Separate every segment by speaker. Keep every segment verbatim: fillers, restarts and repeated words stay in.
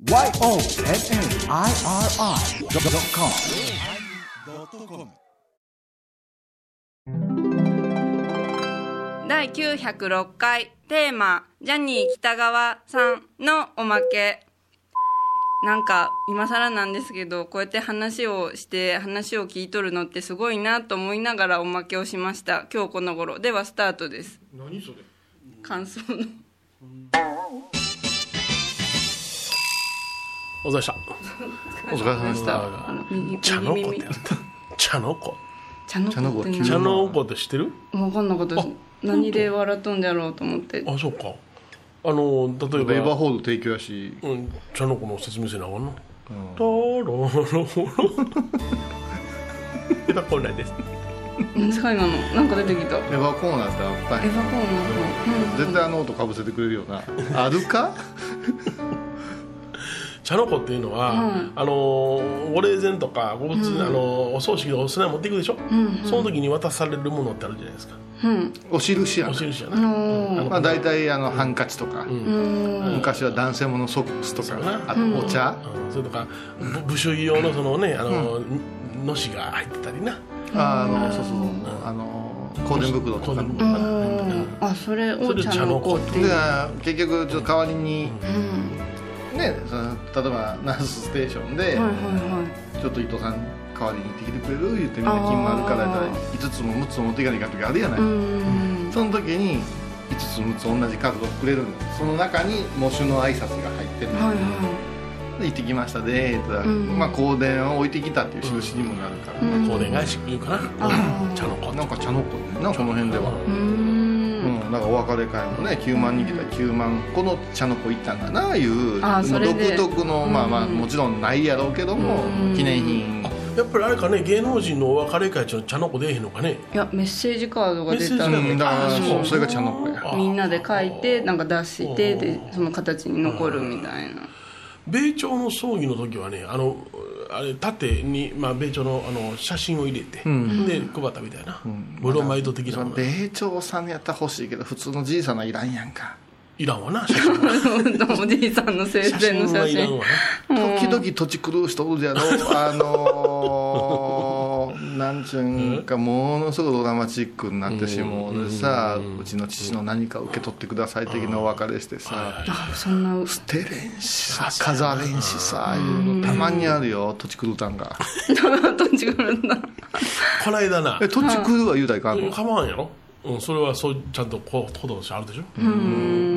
Speaker 1: ワイオーエヌエヌアイアールアイドットコム
Speaker 2: だいきゅうひゃくろっかいテーマジャニー北川さんのおまけ。なんか今更なんですけど、こうやって話をして話を聞いとるのってすごいなと思いながらおまけをしました。今日この頃ではスタートです。
Speaker 3: 何それ
Speaker 2: 感想の
Speaker 3: お疲れ様でした。
Speaker 4: お疲れ様でした。
Speaker 2: あの右
Speaker 3: 茶の子
Speaker 2: 右耳
Speaker 3: ってやった茶の子
Speaker 2: 茶の子って
Speaker 3: 茶
Speaker 2: 何
Speaker 3: の子って知ってる？
Speaker 2: 分かんなかったです。何で笑っとんじゃろうと思って。
Speaker 3: あ、そうか。あの例えば
Speaker 4: エヴァホード提供やし、
Speaker 3: うん、茶の子の説明せなあかんな。とろろろエヴァコーナーです。
Speaker 2: 何ですか今の、なんか出てきた。エヴ
Speaker 4: エヴァコーナーってあったんや。
Speaker 2: ァコーナー、うん、
Speaker 4: 絶対あの音かぶせてくれるよな。あるか？
Speaker 3: 茶の子っていうのは、
Speaker 2: うん、
Speaker 3: あのご霊前とかご仏、うん、あのお葬式でお供え持っていくでしょ、うんうん、その時に渡されるものってあるじゃないですか、
Speaker 2: うん、
Speaker 4: お印やな。
Speaker 3: お印やな、うん、
Speaker 4: まあ、大体あのハンカチとか、うん、昔は男性ものソックスとか、あとお茶、
Speaker 3: うん、それとか武士用のそのね、あの、うん、のしが入ってたりな、
Speaker 4: あのそうそうそう、あの香典袋とか、うん、
Speaker 2: あ、それを茶の子っていう。
Speaker 4: 結局ちょっと代わりに、うん、ね、その例えばナースステーションで、はいはいはい、ちょっと伊藤さん代わりに行ってきてくれる言ってみんな勤務あるからいつつもむっつも持っていかないかん時あるやない。その時にいつつむっつ同じ数をくれるんです。その中に喪主の挨拶が入ってるので、はいはい、で行ってきましたで、うん、まあ、香典を置いてきたっていう印にもなるから、
Speaker 3: うん、香典返しっていうかな、茶の子
Speaker 4: なんか茶の子ってな、この辺では、うん、なんかお別れ会もねきゅうまんにん来たらきゅうまんこの茶の子行ったんだないう独特の、まあまあもちろんないやろうけども記念品。
Speaker 3: やっぱりあれかね、芸能人のお別れ会って茶の子出えへんのかね。
Speaker 2: いや、メッセージカードが出た
Speaker 4: んで、だからそう、それが茶の子や。
Speaker 2: みんなで書いてなんか出してでその形に残るみたいな。
Speaker 3: 米朝の葬儀の時はね、あのあれ縦に、まあ、米朝 の, あの写真を入れて、うん、で配ったみたいな、うん、ブロマイド的なもの。
Speaker 4: 米朝さんやったら欲しいけど普通のじいさんはいらんやんか。
Speaker 3: いらんわな、写真は
Speaker 2: おじいさんの生前の写真。写真はいらんわ
Speaker 4: な。時々土地狂う人おるじゃろ。あのー、なんちゅうんか、ものすごくドラマチックになってしまうでさ、うちの父の何か受け取ってください的なお別れしてさ、
Speaker 2: そんな
Speaker 4: 捨てれんしさ、飾れんしさ、いうのたまにあるよ、土地狂うたんが。
Speaker 2: 土地狂うんだ。
Speaker 3: こないだな。
Speaker 4: え、土地狂うは言うたらいかんの？
Speaker 3: 構わんやろ。うん、それはそうちゃんとこうこととしてあるでしょ。うん、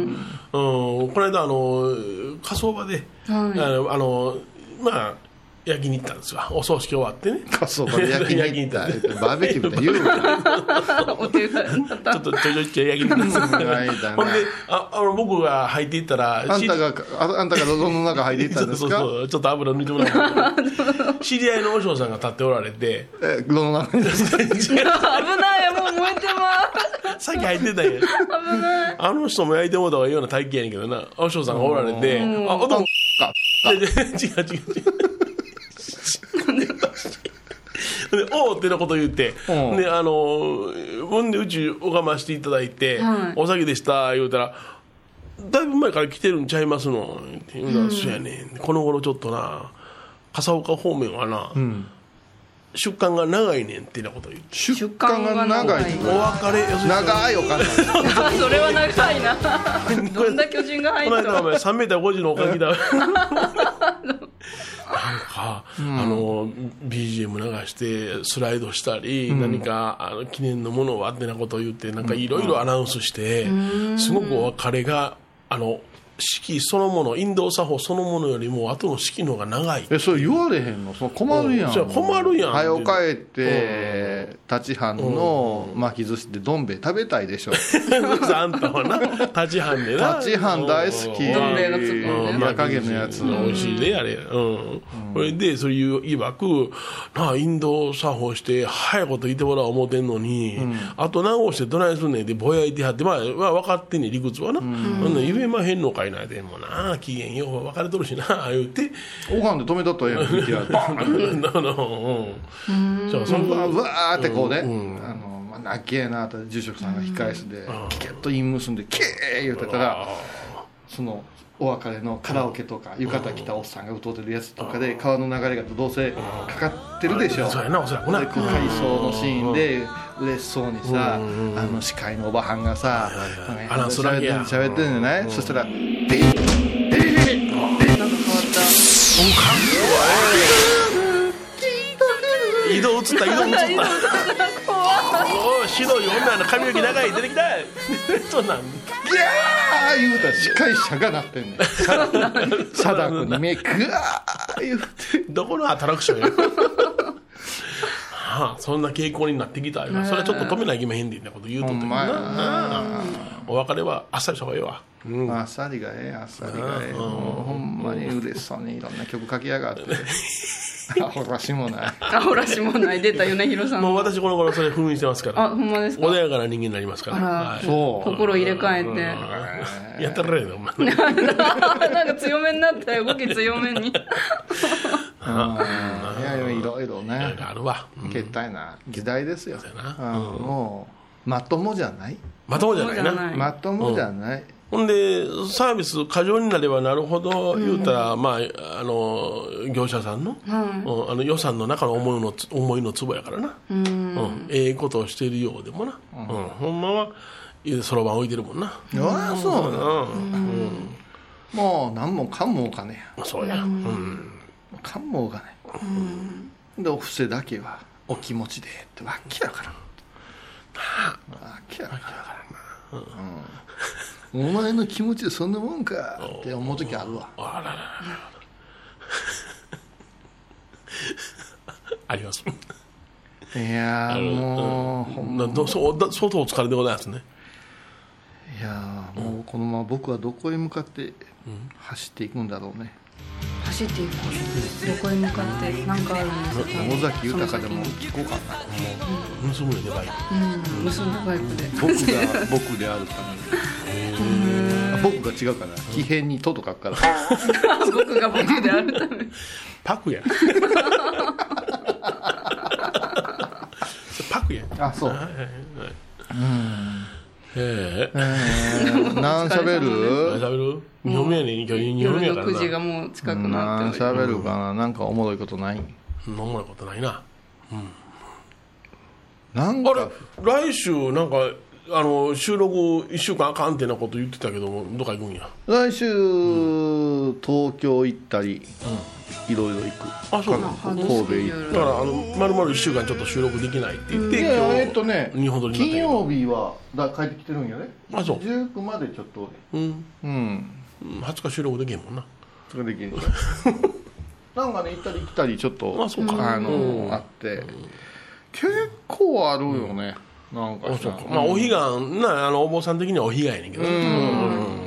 Speaker 3: うん、この間あの火葬場で、はい、あのあのまあ焼きに行ったんですわ。お葬式終わってね。
Speaker 4: 火葬場で焼きに行ったバーベキューみたいな言うの。
Speaker 2: お手が
Speaker 3: ちょっとちょいちょいちょい焼きに行ったんです。ほんで、ああの僕が入っていったら、
Speaker 4: あんたがああんたが炉の中入っていったんですか？
Speaker 3: そうそうそう、ちょっと油抜いてもらって。知り合いの和尚さんが立っておられて、
Speaker 4: え、炉の中にですか？
Speaker 2: 危ない、もう燃えてます。
Speaker 3: さっき入ってたんや。危ない。あの人も焼いてもらった方がいいような体型やねんけどな。和尚さんがおられて、あ、あともか。違う違う違う。でおーってなこと言って、であのほんでうち拝ましていただいて、はい、お酒でした言うたら、だいぶ前から来てるんちゃいますのって言うの、そうやねん、この頃ちょっとな笠岡方面はな、うん、出棺が長いねんってなこと言って、
Speaker 4: 出棺が長い、
Speaker 3: お別れ
Speaker 4: 長いお金
Speaker 2: それは長いな。どんな巨人が入ったの？この間お前
Speaker 3: さんメーターごじゅうのおかげだ。なんか、うん、あの ビージーエム 流してスライドしたり、うん、何かあの記念のものはってなことを言ってなんかいろいろアナウンスして、うん、すごくお別れがあの式そのもの、引導作法そのものよりも後の式の方が長い。
Speaker 4: え、それ言われへんの？そ困るやん。
Speaker 3: うん、困るやん。
Speaker 4: 早帰って、立ち藩の巻き寿司でどん兵衛食べたいでしょ。
Speaker 3: あんたはな、立ち藩でな。
Speaker 4: 立ち藩大好き。
Speaker 2: どん兵衛のつくん
Speaker 4: ね。赤毛のやつ。
Speaker 3: 美味しいね、あれ。うん。それで、そういういわく、なあ、引導作法して、早いこと言ってもらおう思ってんのに、あと直してどないすんねんでぼやいてはって、まあ、分かってんねん、理屈はな。言えまへんのかいな。でもな、機嫌よう別れとるしな言うて、
Speaker 4: おかんで止めとったらええやん、見てやる。バーンってじゃあそのうわーってこうね、あのまあ泣きえなと住職さんが控え室でキケッと印結んでケー言うてたら、そのお別れのカラオケとか浴衣着たおっさんが歌ってるやつとかで川の流れがどうせかかってるでしょ。
Speaker 3: そうやな、おそらくな。
Speaker 4: でこう回想のシーンで嬉しそうにさ、あの司会のおばはんがさ
Speaker 3: アナウンスだけや
Speaker 4: 喋ってるんじゃない、そしたら「でででで
Speaker 2: なんか変わった
Speaker 3: 移動映った移動映ったおお白い女の髪の毛長い出てきたそんなん
Speaker 4: ギャー言うたら司会者がなってんねん。貞子に目グワー言うて
Speaker 3: どこのアトラクションやはあ、そんな傾向になってきたよ。それはちょっと止めないきまへんでんなこと言うとったけどな。お別れはあっさりした方がええわ。うん、
Speaker 4: あっさりがええあっさりがええ、もうほんまに嬉しそうにいろんな曲書きやがってアホらしもない
Speaker 2: アホらしもない出た米広さん。
Speaker 3: もう私この頃それ封印してますから。
Speaker 2: あ、ほんまですか。
Speaker 3: 穏やかな人間になりますから。
Speaker 2: はい、
Speaker 4: そう
Speaker 2: 心入れ替えて、
Speaker 3: うん、やったらええのお前
Speaker 2: なんか強めになったよ、動き強めに
Speaker 4: いやいやいろいろね
Speaker 3: あるわ、
Speaker 4: うん、けったいな時代ですよ、
Speaker 3: うん、
Speaker 4: もうまともじゃない
Speaker 3: まともじゃないな
Speaker 4: まともじゃない、
Speaker 3: うん、ほんでサービス過剰になればなるほど、うん、言うたら、まあ、あの業者さんの、うん、あの予算の中の思いの思いの壺やからな、うんうん、ええことをしているようでもな、うんうん、ほんまはそろばん置いてるもんな。
Speaker 4: ああそうなの、うんうん、もう何もかもお金や。
Speaker 3: そうや、うん、
Speaker 4: かもお金、うん、でお布施だけはお気持ちでってわけやからわけやからな、うんうん、お前の気持ちでそんなもんかって思う時あるわ。あららら
Speaker 3: あります。
Speaker 4: いやもう、
Speaker 3: うん、どそうだ相当お疲れでございますね。
Speaker 4: いやもうこのまま僕はどこへ向かって走っていくんだろうね。
Speaker 2: 走っていく、どこへ向かって何かあるんですか。
Speaker 4: 尾崎豊でも聞こうかな。
Speaker 3: 結ぶでバイク、
Speaker 2: うん、結んだバイクで
Speaker 4: 僕が僕であるために僕が違うから奇変に「と」と書くから
Speaker 2: 僕が僕であるために
Speaker 3: パクやパクや
Speaker 4: あそう、はいはい、うん
Speaker 3: え
Speaker 4: ー、何しゃべる
Speaker 3: 何しゃべるにほんめやねん。今日にほんめやからな。
Speaker 2: 夜のくじがもう近くなって
Speaker 4: 何しゃべるかな。なんかおもろいことない。
Speaker 3: おもろいことないな、うん、
Speaker 4: なんか
Speaker 3: あれ来週なんかあの収録いっしゅうかんあかんってなこと言ってたけども、どっか行くんや。
Speaker 4: 来週、うん、東京行ったり、いろいろ行く。
Speaker 3: あ、そうか。
Speaker 4: 神戸行く。
Speaker 3: だからあの丸々いっしゅうかんちょっと収録できないって言って、
Speaker 4: うん、
Speaker 3: 今日
Speaker 4: えーっとね、
Speaker 3: 日本撮りになったけど
Speaker 4: 金曜日はだ帰ってきてるんやね。
Speaker 3: あ、そう。
Speaker 4: じゅうくまでちょっと、
Speaker 3: うん
Speaker 4: うん、
Speaker 3: はつか収録できへんもんな。
Speaker 4: それできんなんかね行ったり来たりちょっと
Speaker 3: あ、そうか、
Speaker 4: あの、うん、あって、結構あるよね。うん、なんか
Speaker 3: そうか、まあお彼岸な、あのお坊さん的にはお彼岸やねんけど、うんうん、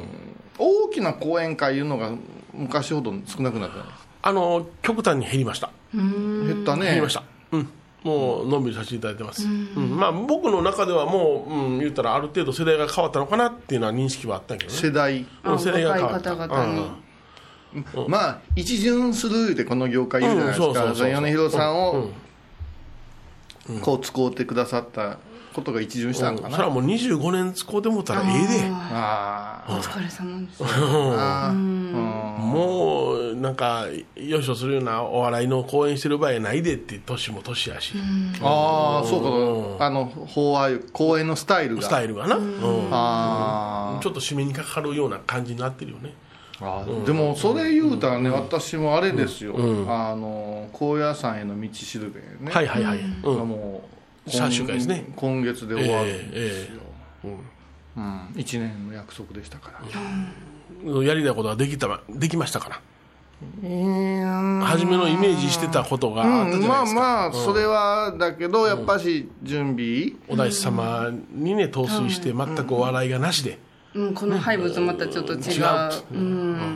Speaker 4: 大きな講演会いうのが昔ほど少なくなった。
Speaker 3: あの極端に減りました。
Speaker 4: 減ったね。
Speaker 3: 減りました。うん。もうのんびりさせていただいてます。うんうん、まあ僕の中ではもう、うん、言ったらある程度世代が変わったのかなっていうのは認識はあったけどね。
Speaker 4: 世代。
Speaker 3: 世代が変わった。
Speaker 2: 若い方々に。
Speaker 4: うん、まあ一巡するってこの業界言うじゃないですか。米広さんをこう使うてくださったことが一巡したんかな。
Speaker 3: うん、それはもうにじゅうごねん使うてもったらええで。
Speaker 2: ああ、お疲れ様です。
Speaker 3: あもうなんかよいしょするようなお笑いの公演してる場合ないでって年も年やし。
Speaker 4: ああ、そうか。あの法話公演のスタイルが
Speaker 3: スタイルがな。うん、
Speaker 4: あ
Speaker 3: ちょっと締めにかかるような感じになってるよね。
Speaker 4: あうん、でもそれ言うたらね、うん、私もあれですよ、うん、あの高野山への道しるべね、
Speaker 3: はいはいはい、うん、
Speaker 4: もう
Speaker 3: さんしゅうかんですね。
Speaker 4: 今月で終わるんですよ、えーえーうんうん、いちねんの約束でしたから、
Speaker 3: うん、やりたいことはできたできましたから、初めのイメージしてたことがあったじゃないですか、
Speaker 4: うん、まあまあそれはだけどやっぱし準備、
Speaker 3: お大師様にね陶酔して全くお笑いがなしで、
Speaker 2: うん、この廃物またちょっと違う、違う、うん、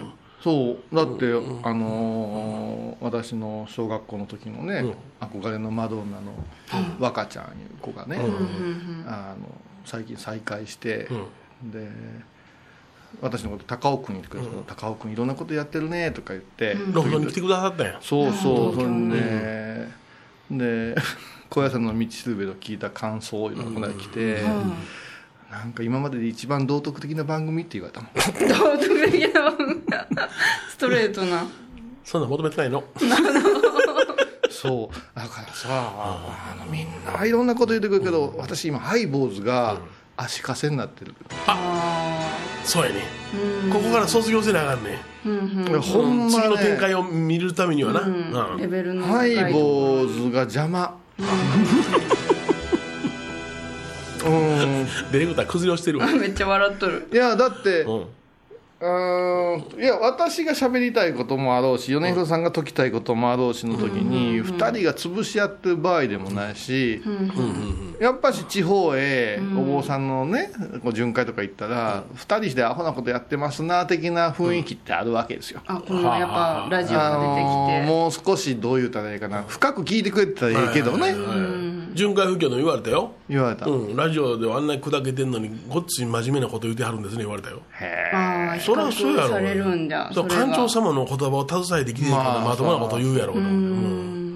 Speaker 4: そうだって、うん、あのー、私の小学校の時のね、うん、憧れのマドンナの若ちゃんいう子がね、うん、あの最近再会して、うん、で私のこと高尾君に言ってくれたけど、うん、高尾君いろんなことやってるねとか言って、
Speaker 3: うん、ロフトに来てくださったんや。
Speaker 4: そうそう、そんで、で高野山の道しるべと聞いた感想を今この間来て、うんうん、 なんか今までで一番道徳的な番組って言われたもん
Speaker 2: 道徳的な番組ストレートな
Speaker 3: そんな求めてないの
Speaker 4: そうだからさ、あのみんないろんなこと言ってくるけど、うん、私今ハイボーズが足かせになってる、うん、
Speaker 3: あそうやね、うん、ここから卒業せなあかんね、
Speaker 2: うんうん、
Speaker 4: ほんまね、
Speaker 3: 次の展開を見るためにはな、うん
Speaker 2: うん、レベルの
Speaker 4: ハイボーズが邪魔、うん、
Speaker 3: ディレクター崩れ落ちてるわ
Speaker 2: めっちゃ笑っとる。
Speaker 4: いやだって、うん、
Speaker 2: う
Speaker 4: ーんいや私が喋りたいこともあろうし米広さんが解きたいこともあろうしの時にふたりが潰し合ってる場合でもないし、やっぱし地方へお坊さんのねご巡回とか行ったらふたりでアホなことやってますな的な雰囲気ってあるわけですよ。
Speaker 2: あこのやっぱラジオが出てきて、
Speaker 4: あのー、もう少しどう言うたらいいかな、深く聞いてくれてたらいいけどね、はいはいはい、
Speaker 3: 巡回不況の言われたよ。
Speaker 4: 言われた、
Speaker 3: うん、ラジオではあんなに砕けてんのにごっつい真面目なこと言ってはるんですね言われたよ。
Speaker 4: へ
Speaker 2: え。そりゃそうやろ。されるんだ。
Speaker 3: そう館長様の言葉を携えてきてるから、まあ、まともなこと言うやろうと、うんうん、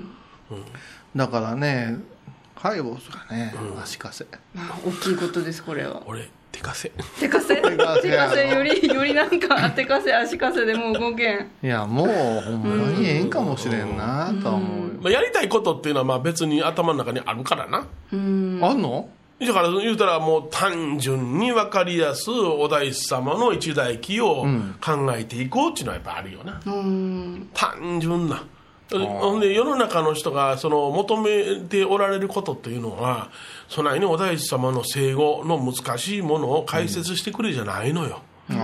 Speaker 4: だからねハイボーズがね、うん、足かせ
Speaker 2: 大きいことですこれは。
Speaker 3: 俺手かせ
Speaker 2: 手かせ手かせよりよりなんか手かせ足かせでもう動けん。
Speaker 4: いやもうほんまにええんかもしれんなとは思うよ、
Speaker 3: まあ、やりたいことっていうのはまあ別に頭の中にあるからな。
Speaker 4: うんあんの
Speaker 3: だから言うたらもう単純に分かりやすお大師様の一代記を考えていこうっていうのはやっぱあるよな、うん、単純な。ほんで世の中の人がその求めておられることというのはそないにお大師様の生後の難しいものを解説してくれじゃないのよ、うんうん、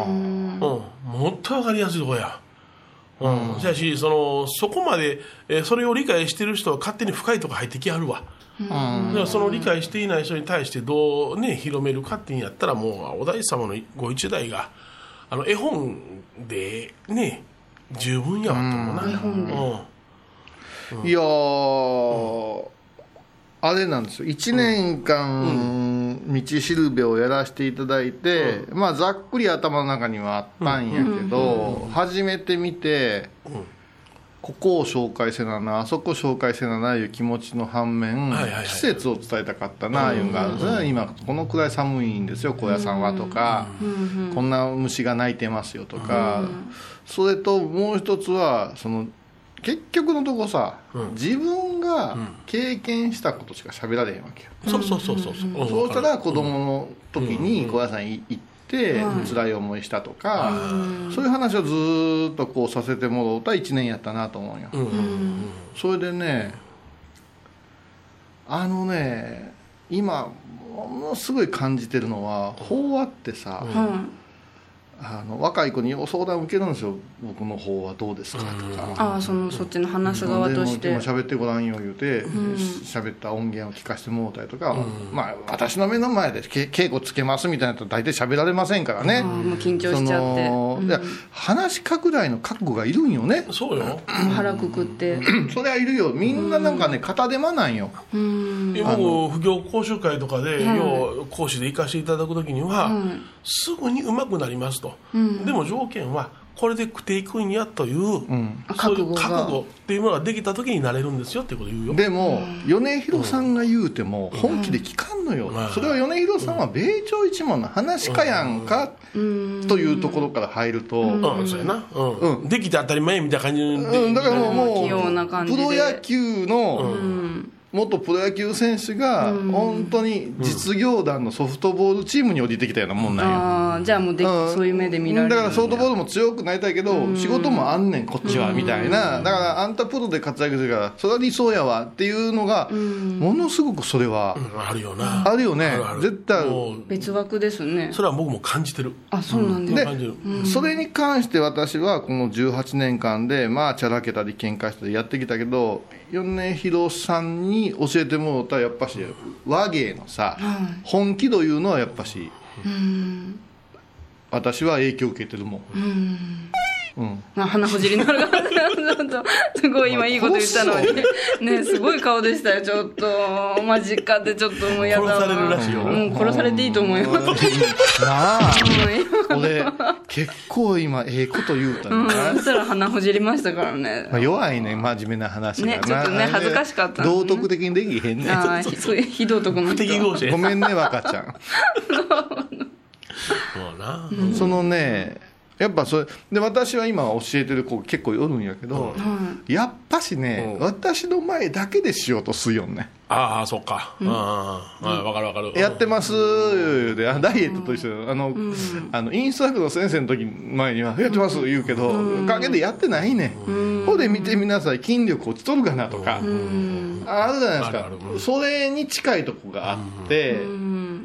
Speaker 3: もっと分かりやすいとこや。うん、しかしそのそこまで、えー、それを理解してる人は勝手に深いとこ入ってきはるわ。うん、だからその理解していない人に対してどうね広めるかっていうんやったらもうお大師様のご一代があの絵本でね十分やわと思うな、うん、絵本で、
Speaker 4: うん、いやー、うん、あれなんですよいちねんかん、うん、道しるべをやらせていただいて、うん、まあざっくり頭の中にはあったんやけど、うん、初めて見て、うんここを紹介せななあそこを紹介せなないう気持ちの反面、はいはいはい、季節を伝えたかったないうのがあるんですね。今このくらい寒いんですよ高野山はとか、うんうん、こんな虫が鳴いてますよとか、うん、それともう一つはその結局のとこさ、うん、自分が経験したことしか喋られへんわけよ、
Speaker 3: うん、そうそうそうそうそう、
Speaker 4: うん、そうしたら子供の時に高野山行って辛い思いしたとか、うん、そういう話をずっとこうさせてもらったいちねんやったなと思うよ、うん、それでねあのね今ものすごい感じてるのは法話ってさ、うんあの若い子に相談を受けるんですよ僕の方はどうですかとか、
Speaker 2: ああそのそっちの話す側として
Speaker 4: でも喋ってごらんよ言うて喋、うん、った音源を聞かせてもらったりとか、うんまあ、私の目の前で稽古つけますみたいなと大体喋られませんからね、
Speaker 2: もう緊張しちゃって、
Speaker 4: うん、話し家ぐらいの覚悟がいるんよね。
Speaker 3: そうよ
Speaker 2: 腹くくって
Speaker 4: それはいるよみんななんかね片手間なんよ。
Speaker 2: うん
Speaker 3: 僕不業講習会とかで、うん、要は講師で行かせていただくときには、うん、すぐに上手くなりますと、うん、でも条件はこれで食っていくんやという、うん、そういう覚悟っていうものができた時になれるんですよっていうことを言うよ。
Speaker 4: でも、うん、米広さんが言うても本気で聞かんのよ、うん、それは米広さんは米朝一門の話かやんか、うん、というところから入ると、
Speaker 3: うんうん、そうやな、うんうん、できて当たり前みたいな感じで、
Speaker 4: うん、だからもう、もう
Speaker 2: 器用な感じで
Speaker 4: プロ野球の、うん元プロ野球選手が本当に実業団のソフトボールチームに降りてきたようなもんなんよ、うん、
Speaker 2: あじゃあもうで、うん、そういう目で見られる。
Speaker 4: だからソフトボールも強くなりたいけど、うん、仕事もあんねんこっちはみたいな、だからあんたプロで活躍するからそれは理想やわっていうのが、うん、ものすごくそれは、
Speaker 3: うん、あるよな
Speaker 4: あるよね。あるある絶対
Speaker 2: 別枠ですね。
Speaker 3: それは僕も感じてる。
Speaker 2: あそうなんです、
Speaker 4: ね、で、うん、それに関して私はこのじゅうはちねんかんでまあチャラけたり喧嘩したりやってきたけど米広さんに教えてもらったらやっぱし和芸のさ、うん、本気度いうのはやっぱし、うん、私は影響を受けてるもん、うん
Speaker 2: うん、鼻ほじりながらすごい今いいこと言ったのにねすごい顔でしたよ。ちょっとマジかってちょっともうやだ
Speaker 3: 殺されるらしいよ、
Speaker 2: うん、殺されていいと思います
Speaker 4: なあ俺結構今ええこと言うたんだ、
Speaker 2: うん、そしたら鼻ほじりましたからね、
Speaker 4: まあ、弱いね真面目な話がな、
Speaker 2: ね、ちょっとね恥ずかしかった、ね、
Speaker 4: 道徳的にできへんねん。
Speaker 2: あ非道徳の人
Speaker 3: 不適合者
Speaker 4: ごめんね若ちゃん
Speaker 3: うな、
Speaker 4: うん、そのねやっぱそれで私は今教えてる子結構おるんやけど、うん、やっぱしね、うん、私の前だけでしようとするよね。
Speaker 3: ああそっか、うん、ああ分かる分かる、
Speaker 4: やってますでダイエットと一緒で、あの、うん、あのインストラクターの先生の時前にはやってます言うけど、うん、陰でやってないね、うん、ここで見てみなさい筋力落ちとるかなとか、うん、あるじゃないですか、うん、それに近いとこがあって、うん、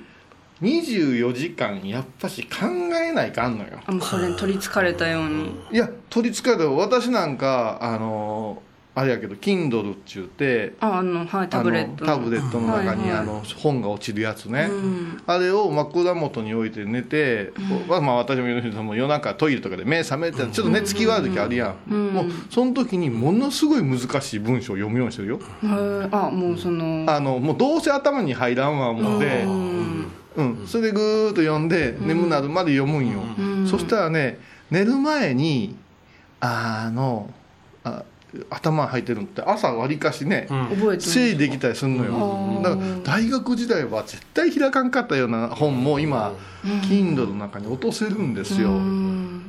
Speaker 4: にじゅうよじかんやっぱし考えないかんのよ。
Speaker 2: あもうそれに取りつかれたように。
Speaker 4: いや取りつかれた。私なんかあのあれやけど Kindle っちゅうて
Speaker 2: あ, あの、はい、タブレットの
Speaker 4: タブレットの中に、うん、あの本が落ちるやつね、うん、あれを枕元に置いて寝て、うんまあ、私も米広さんも夜中トイレとかで目覚めてちょっと寝つき悪い時あるやん、うん、もうその時にものすごい難しい文章を読むようにしてるよ、
Speaker 2: うん、あもうその
Speaker 4: あのもうどうせ頭に入らんわ思って、うんうん、それでぐーっと読んで眠なるまで読むんよ、うん、そしたらね寝る前にあのあ頭入ってるのって朝わりかしね、うん、整理できたりするのよ。だから大学時代は絶対開かんかったような本も今、うん、Kindle の中に落とせるんですよ、うん、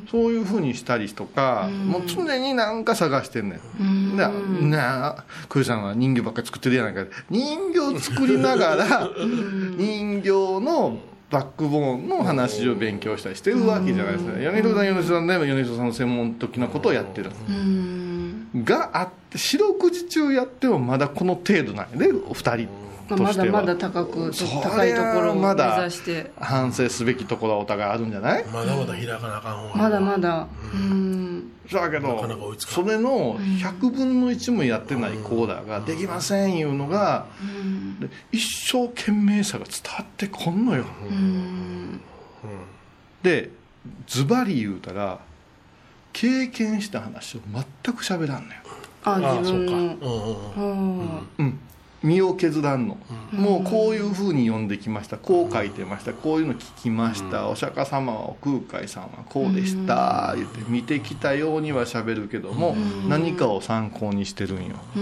Speaker 4: そういう風にしたりとか、うん、もう常に何か探してんねん、うん、ななクリさんは人形ばっかり作ってるやないか。人形作りながら人形のバックボーンの話を勉強したりしてるわけじゃないですか。米広さん米広さんでも米広さんの専門的なことをやってる、うんがあって四六時中やってもまだこの程度なんでふたりとしては
Speaker 2: まだまだ高く高いところを目指して
Speaker 4: 反省すべきところはお互いあるんじゃない？
Speaker 3: まだまだ開かなあかん方が
Speaker 2: まだまだうん
Speaker 4: だけどそれのひゃくぶんのいちもやってないコーダーができませんいうのが一生懸命さが伝わってこんのよ。うんでズバリ言うたら経験した話を全く喋らんのよ。
Speaker 2: ああ自分のうん
Speaker 4: うんうん身を削らんの、うん、もうこういう風に読んできました、こう書いてました、こういうの聞きました、うん、お釈迦様は空海さんはこうでした、うん、言って見てきたようには喋るけども、うん、何かを参考にしてるんよ、うん、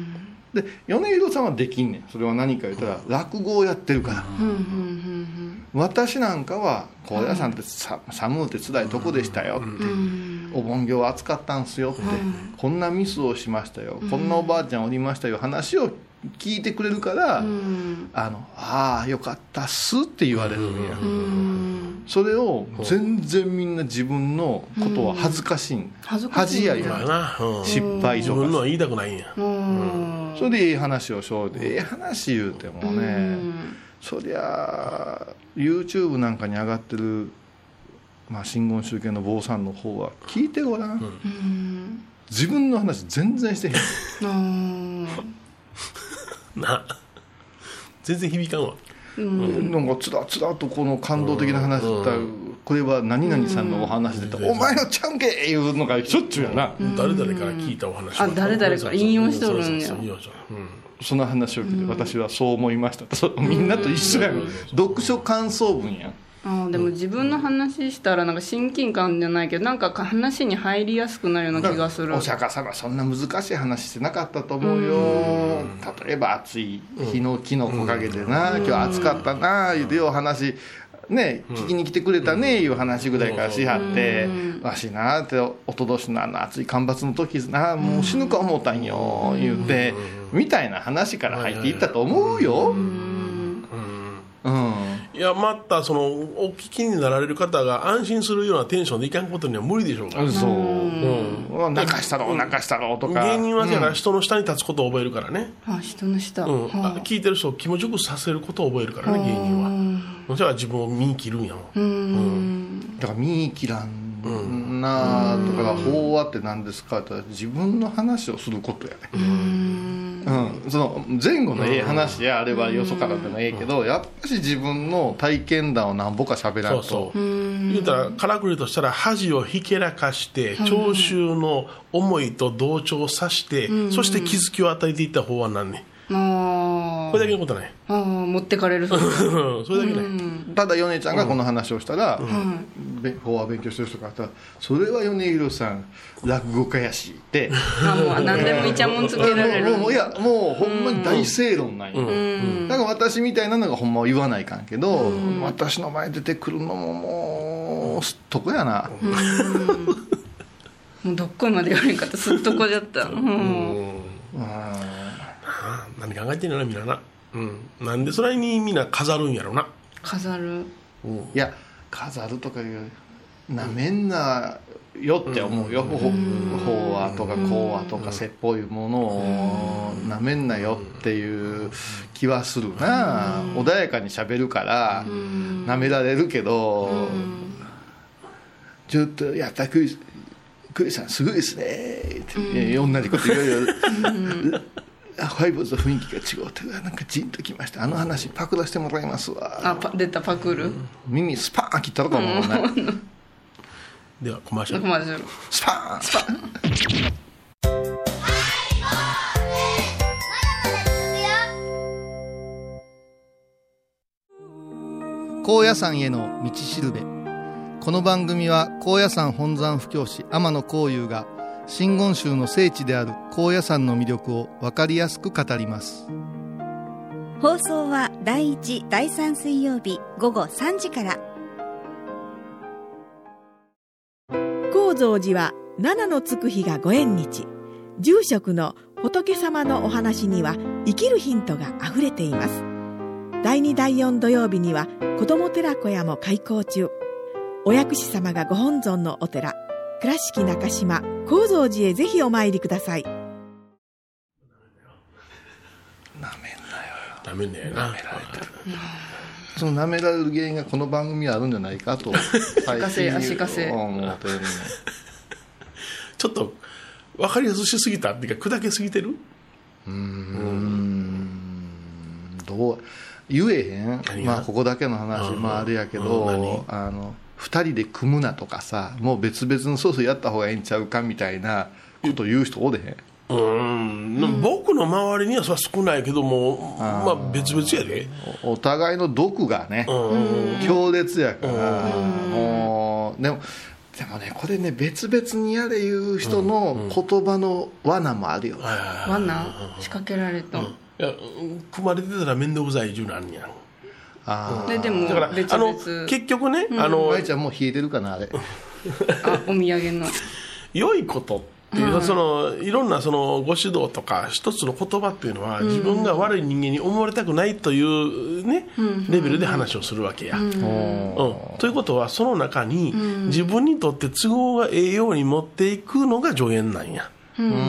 Speaker 4: で米広さんはできんねん。それは何か言ったら落語をやってるから、うんうんうんうん、私なんかは高野山ってさ寒うてつらいとこでしたよって、うん、お盆行扱ったんすよって、うん、こんなミスをしましたよ、うん、こんなおばあちゃんおりましたよ話を聞いてくれるから、うん、あのああよかったっすって言われるんや、うん、それを全然みんな自分のことは恥ずかしい、うん、恥ややな、うん、失敗とか自
Speaker 3: 分のは言いたくないんや、うん
Speaker 4: うん、それでいい話をしようで、ええ話言うてもね、うん、そりゃ YouTube なんかに上がってる、まあ、真言宗系の坊さんの方は聞いてごらん、うん、自分の話全然してへん
Speaker 3: な全然響かんわ、
Speaker 4: うん、なんかつらつらとこの感動的な話だったら、うん、これは何々さんのお話でと、うん、お前のちゃうんけいうのがしょっちゅうやな、
Speaker 3: うん、誰々から聞いたお話、
Speaker 2: あ誰々から引用しとるんや、
Speaker 4: その話を聞いて、うん、私はそう思いましたと、みんなと一緒やん、うん、読書感想文やん。
Speaker 2: あでも自分の話したらなんか親近感じゃないけどなんか話に入りやすくなるような気がする。
Speaker 4: お釈迦様そんな難しい話してなかったと思うよ、うん、例えば暑い日の木の木陰でな、うん、今日暑かったないうてお話ね、聞きに来てくれたねいう話ぐらいからしはって、うん、わしなっておととしのあの暑い干ばつの時なもう死ぬか思ったんよ言うて、うん、みたいな話から入っていったと思うよ、うん
Speaker 3: うん、いやまたそのお聞きになられる方が安心するようなテンションでいかんことには無理でしょうから、
Speaker 4: そう、うん、泣かしたろ泣かしたろとか、
Speaker 3: 芸人はだから人の下に立つことを覚えるからね、
Speaker 2: うん、あ人の下、
Speaker 3: うん、あ聞いてる人を気持ちよくさせることを覚えるからね、芸人は。じゃあ自分を見切るんやもん、うん、
Speaker 4: だから見切らんなとか、法話って何ですかって自分の話をすることやね、うんうん、その前後のええ話やあればよそからでもええけど、やっぱし自分の体験談を何ぼか喋らんと、そうそう
Speaker 3: 言うたらからくりとしたら恥をひけらかして聴衆の思いと同調させて、そして気づきを与えていった法話なんね、あこれだけのことない。
Speaker 2: ああ持ってかれるそ
Speaker 3: れだけない。
Speaker 4: ただ米ちゃんがこの話をしたら、法話勉強してる人があったら、それは米広さん落語家やしって
Speaker 2: あもう何でもイチャモンつけられる。
Speaker 4: もういやもうほんまに大正論なんよ、だから私みたいなのがほんまは言わないかんけど、私の前出てくるのももうすっとこやな。
Speaker 2: もうどっこいまで言われんかったすっとこじゃった。うん、
Speaker 3: 何考えてんのなみんなな、うん、なんでそれにみんな飾るんやろな。
Speaker 2: 飾る、
Speaker 4: うん、いや飾るとかいうなめんなよって思うよ、法話とか講話とか説法いうものをなめんなよっていう気はするな。穏やかにしゃべるからなめられるけど、ちょっとやったクイズクイズさんすごいですねって、うん、同じこと言われるハイボーズと雰囲気が違うってなんかジンときました。あの話パクらせてもらいますわ。
Speaker 2: あパ出たパクる、うん、
Speaker 4: 耳スパーン切ったのかもね、うん、
Speaker 3: ではコマーシャル
Speaker 2: コマーシャル
Speaker 4: スパーンスパーン高野山への道しるべ。この番組は高野山本山布教師天野幸雄が真言宗の聖地である高野山の魅力を分かりやすく語ります。
Speaker 5: 放送はだいいちだいさん水曜日午後さんじから。
Speaker 6: 高蔵寺は七のつく日がご縁日。住職の仏様のお話には生きるヒントがあふれています。だいにだいよん土曜日には子ども寺小屋も開校中。お薬師様がご本尊のお寺倉敷中島・高蔵寺へぜひお参りください。
Speaker 4: なめんなよ。
Speaker 3: なめんなよな。
Speaker 4: そのなめられる原因がこの番組にあるんじゃないかと
Speaker 2: 最近足かせ
Speaker 4: 思ってるね。
Speaker 3: ちょっと分かりやすしすぎたっていうか砕けすぎてる。
Speaker 4: うーんどう言えへん。まあここだけの話まああれやけど、あのふたりで組むなとかさ、もう別々のソースやった方がええんちゃうかみたいなこと言う人おでへん。
Speaker 3: うーん、僕の周りにはそれは少ないけども、あまあ別々やで。
Speaker 4: お互いの毒がね強烈やから、もうでもでもねこれね別々にやれ言う人の言葉の罠もあるよね。
Speaker 2: 罠仕掛けられた、うん、い
Speaker 3: や組まれてたら面倒くさいいうのあんやん。
Speaker 2: あででも
Speaker 3: だから
Speaker 2: 別々
Speaker 3: あの結局ね、うん、あの
Speaker 4: 舞ちゃんもう冷えてるかなあれ
Speaker 2: あお土産の
Speaker 3: 良いことっていう、うん、そのいろんなそのご指導とか一つの言葉っていうのは、うん、自分が悪い人間に思われたくないというね、うん、レベルで話をするわけや、うんうん、ということはその中に、うん、自分にとって都合がええように持っていくのが助言なんや。うんうん、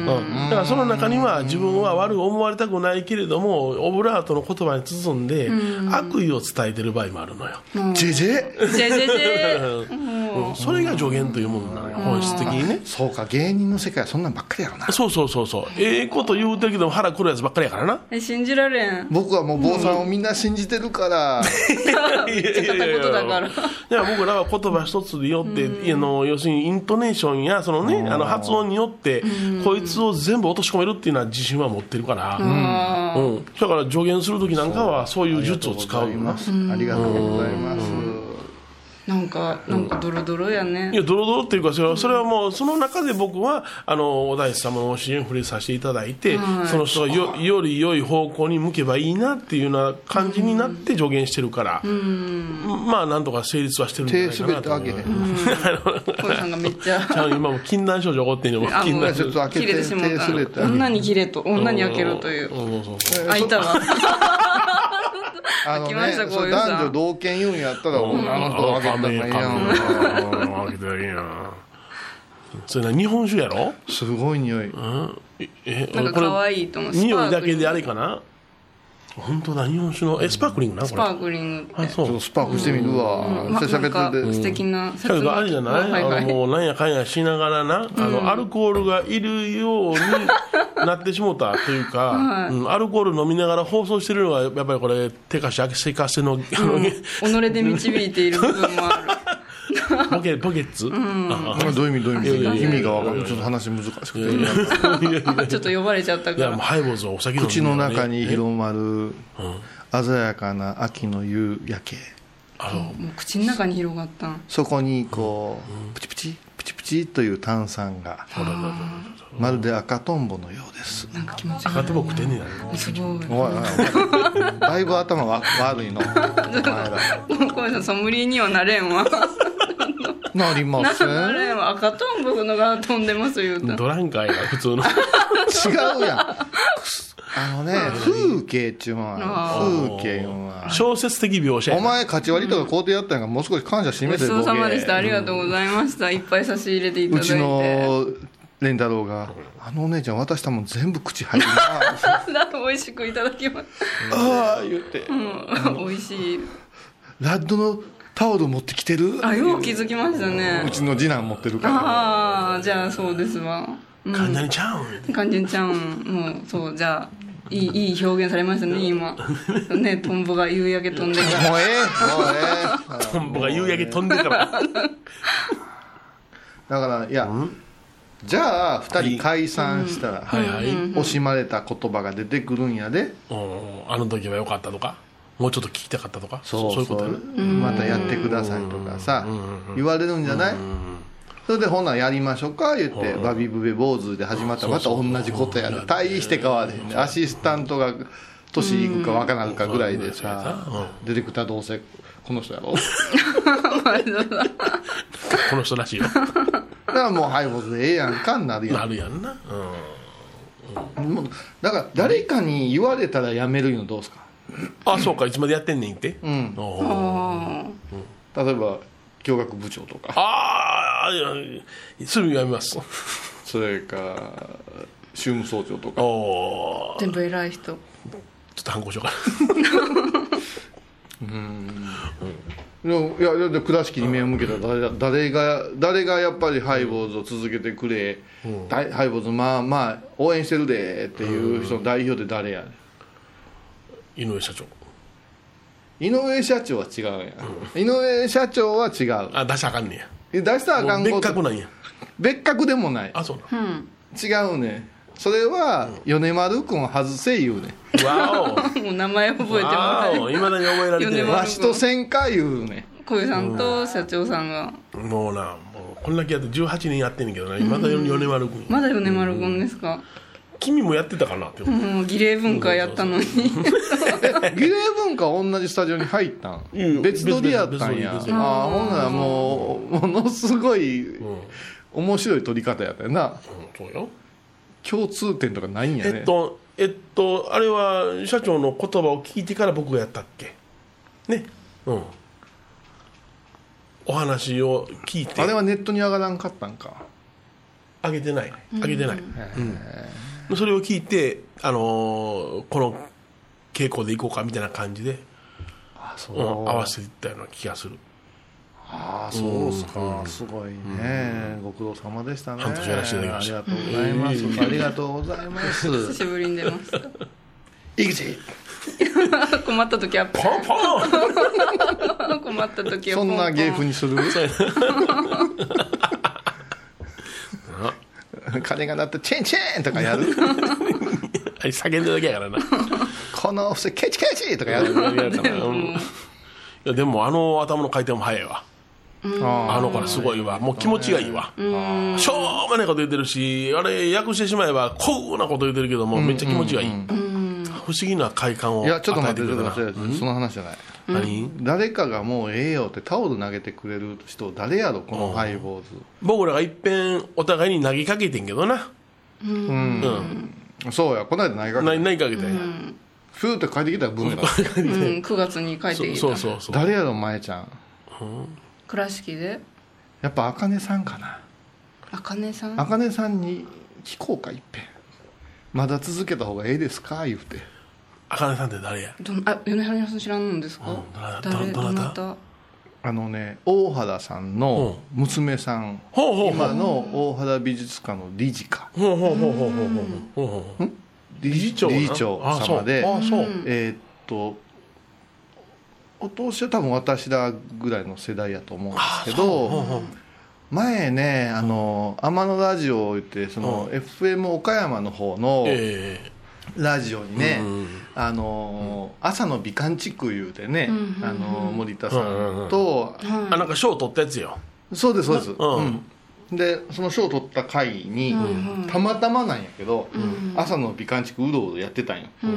Speaker 3: だからその中には自分は悪く思われたくないけれどもオブラートの言葉に包んで悪意を伝えてる場合もあるのよ。
Speaker 4: ジェジェ
Speaker 2: ジェジェジ
Speaker 3: ェそれが助言というものなのよ本質的にね。
Speaker 4: そうか芸人の世界はそんなんばっかりやろな。
Speaker 3: そうそうそうそうええこと言うてるけど腹くるやつばっかりやからな。
Speaker 2: え信じられん。
Speaker 4: 僕はもう坊さんをみんな信じてるから
Speaker 2: めっちゃ片言だから。い
Speaker 3: や僕らは言葉一つによってあの要するにイントネーションやそのねあの発音によってこいつを全部落とし込めるっていうのは自信は持ってるから、うんうん、だから助言する時なんかはそういう術を使うよな。
Speaker 4: ありがとうございます。
Speaker 2: なんかなんかドロドロやね。
Speaker 3: いやドロドロっていうかそれは、それはもうその中で僕はあのお大師様の教えに触れさせていただいて、はい、その人が よ, より良い方向に向けばいいなっていうような感じになって助言してるから、うん、まあなんとか成立はしてるんじゃないかなと思う。手滑って
Speaker 2: あげへん。小さんがめっちゃ
Speaker 3: 今も禁断症状起こってんのも禁断症状
Speaker 2: 切れてしまった。女に切れと女に開けるという開いたわ。
Speaker 4: あのね、男女同権言うんやったら女の人分けたらいいやん。
Speaker 3: 分けたらいいやん。それな日本酒やろ。
Speaker 4: すごい匂い。
Speaker 2: うん、えなんか可愛いと思う。
Speaker 3: 匂いだけであれかな。本当だ日本酒のえスパークリングなこれ。
Speaker 2: スパークリングって。
Speaker 4: あそう。ちょっとスパークしてみるわ。
Speaker 2: うん、ま、なんか素敵な
Speaker 3: 説明。あれじゃない。はいはい、あのもうなんやかんやしながらな、あの、うん、アルコールがいるようになってしもたというか、はいうん、アルコール飲みながら放送してるのがやっぱりこれ手かしせかせの、うん、
Speaker 2: 己で導いている部分もある。
Speaker 3: ポケポケッツ、うん、
Speaker 4: あどういう意味どういう意味意味が分かんない。ちょっと話難しくて
Speaker 2: ちょっと呼ばれちゃったから。
Speaker 3: いやもうハイボーズはお酒飲んで、ね、
Speaker 4: 口の中に広まる、うん、鮮やかな秋の夕焼け。
Speaker 2: あのもう口の中に広がったん。
Speaker 4: そこにこう、うん、プチプチプチプチという炭酸がまるで赤とんぼのようです。
Speaker 2: なんか気持ち悪い。
Speaker 3: 赤とんぼ食ってんねんな。
Speaker 2: すごい。
Speaker 4: おいおいおいだいぶ頭わ悪いの。お前ら。
Speaker 2: 小林さんソムリエにはなれんわ。
Speaker 4: なりません。
Speaker 2: なれんわ。赤とんぼのが飛んでますよ。
Speaker 3: ドランカーが普通の。
Speaker 4: 違うやん。あのね、風景っていうのは風景は
Speaker 3: 小説的描写。
Speaker 4: お前勝ち割りとか工程やったんやからもう少し感謝してみて。
Speaker 2: ごちそうさまでした。ありがとうございました。いっぱい差し入れていただいて。
Speaker 4: うちの蓮太郎があのお姉ちゃん渡したもん全部口入る
Speaker 2: な。美味しくいただきます。
Speaker 4: ああ言って、
Speaker 2: うん、美味しい。
Speaker 4: ラッドのタオル持ってきてる。
Speaker 2: あ、よう気づきましたね。
Speaker 4: うちの次男持ってるから。
Speaker 2: ああ、じゃあそうですわ。
Speaker 3: 関ジャニちゃん。
Speaker 2: 関ジャニちゃん、もうそうじゃあ。いい、いい表現されましたね今ね。トンボが夕焼け飛んでから。
Speaker 4: もうええもうえ
Speaker 3: えトンボが夕焼け飛んでからだ
Speaker 4: からいや、うん、じゃあふたり解散したら、はいはい、惜しまれた言葉が出てくるんやで、
Speaker 3: うん、あの時は良かったとかもうちょっと聞きたかったとか、
Speaker 4: そうそういうことやね。またやってくださいとかさ、言われるんじゃない。それでほなやりましょうか言ってバビブベ坊主で始まったらまた同じことやる。大して変われへんね。アシスタントが年いくか若なるかぐらいでさ、ディレクターどうせこの人やろ
Speaker 3: この人らしいよ。
Speaker 4: だからもうハイボーズでええやんかになるやん。
Speaker 3: なるやんな、
Speaker 4: うんうん、だから誰かに言われたらやめるのどうですか。
Speaker 3: あ、そうか、いつまでやってんねんって、うん、
Speaker 4: あ例えば教学部長とか。
Speaker 3: ああ、すぐやめます。
Speaker 4: それか宗務総長とか。
Speaker 2: お全部偉い人。ちょ
Speaker 3: っと反抗しようか
Speaker 4: うん、うん、いやいや倉敷に目を向けたら 誰, 誰が誰がやっぱりハイボーズを続けてくれ、うん、ハイボーズまあまあ応援してるでっていう人の代表で誰やね
Speaker 3: ん。井上社長。
Speaker 4: 井上社長は違うやん、うん、井上社長は違う。
Speaker 3: あ、出したらあかんねや。
Speaker 4: 出したらあかんこと。
Speaker 3: 別格なんや。
Speaker 4: 別格でもない。
Speaker 3: あ、そうな、うん、
Speaker 4: 違うね。それは、うん、米丸くんを外せ言うね。
Speaker 2: わおもう名前覚えてもらえる。
Speaker 3: いまだに覚えられてる。
Speaker 4: わしとせんか言うね。
Speaker 2: 小遊さんと社長さんが、
Speaker 3: うん、もうなもうこんだけやってじゅうはちねんやってんねんけどな、まだ米丸くん。
Speaker 2: まだ米丸くんですか。
Speaker 3: 君もやってたかなって。
Speaker 2: もう儀礼文化やったのに。儀
Speaker 4: 礼文化同じスタジオに入ったん。別撮りやったんや。ああ、ほんならもうものすごい、うん、面白い撮り方やったよな、うん、
Speaker 3: そうよ。
Speaker 4: 共通点とかないんやね。
Speaker 3: えっとえっとあれは社長の言葉を聞いてから僕がやったっけね。うん、お話を聞いて。
Speaker 4: あれはネットに上がらんかったんか。
Speaker 3: 上げてない上げてない、うんうん、それを聞いて、あのー、この傾向でいこうかみたいな感じで、あそう、うん、合わせていったような気がする。
Speaker 4: ああ、そうですか、うん、すごいね、うん、ご苦労様でしたね。
Speaker 3: 半年やらせていただきました。
Speaker 4: ありがとうございます、えー、ありがとうございます。
Speaker 2: 久しぶりに出ました。
Speaker 4: 井口
Speaker 2: 困った時は
Speaker 3: ポンポ
Speaker 2: ン困った時は
Speaker 4: ポンポン。そんな芸風にする鐘が鳴ってチェンチェンとかやる
Speaker 3: 叫んでるだけやからな。
Speaker 4: このお布施ケチケチとかやる。
Speaker 3: いやでもあの頭の回転も早いわ。あの子らすごいわ。もう気持ちがいいわ。しょうがないこと言ってるし、あれ訳してしまえばこうなこと言ってるけどもめっちゃ気持ちがいい。不思議な快感を与えてくれたな。いやちょっと待ってちょっと待って、その話じゃない。何？誰かがもうええよってタオル投げてくれる人誰やろこのハイボーズ。 僕らがいっぺんお互いに投げかけてんけどな。
Speaker 4: うん、うん、そうやこの間投げかけた。
Speaker 3: 投げかけたんや。
Speaker 4: ふーって帰ってきたらブーメラ
Speaker 2: ン、うん、くがつに帰ってきた。
Speaker 3: そうそうそう。
Speaker 4: 誰やろ舞ちゃん、
Speaker 2: うん、倉敷で
Speaker 4: やっぱあかねさんかな。
Speaker 2: あかねさん
Speaker 4: あかねさんに聞こうかいっぺん。まだ続けた方がええですか言うて。
Speaker 3: あかねさんって誰や。
Speaker 2: どあ米原さん知らんのですか、うん、誰どなた。
Speaker 4: あのね大原さんの娘さん、うん、今の大原美術館の理事か。ほうほうほうほうほうほうほう理事長理事長様で、えー、っとお年は多分私らぐらいの世代やと思うんですけど、前ねあの天野ラジオを言ってその エフエム 岡山の方のラジオにね、あの朝の美観地区いうてね、あの森田さんと
Speaker 3: あなんか賞を取ったやつよ。
Speaker 4: そうですそうです、うんでその賞を取った回に、うんうん、たまたまなんやけど、うん、朝の美観地区うろうろやってたんよ、うんうん、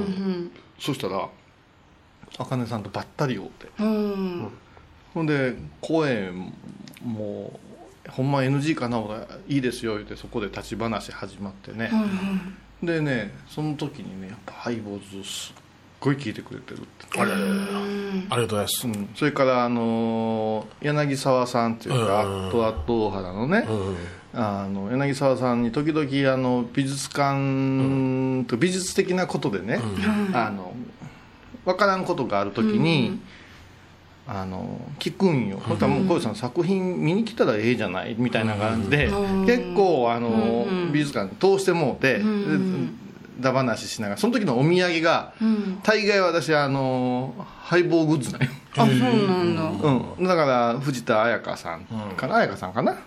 Speaker 4: そしたら茜さんとばったり会うて、うんうん、ほんで声もほんま エヌジー かな俺いいですよ言ってそこで立ち話始まってね、うんうん、でねその時にねやっぱハイボーズすっごい聞いてくれてるって。
Speaker 3: あれありがとうございます、うん、
Speaker 4: それからあの柳沢さんっていうかトラット大原のね、うん、あの柳沢さんに時々あの美術館と美術的なことでね、うん、あの分からんことがある時に、うん、あの聞くんよ、うん、本当はもう小遊さん作品見に来たらええじゃないみたいな感じで、うん、結構あの、うん、美術館通してもうて、うんだ話しながらその時のお土産が、うん、大概私あのハイボーグッズなんよ。
Speaker 2: あ、そうなんだ、
Speaker 4: うん、だから藤田彩香さんかな、彩香さんかな、うん、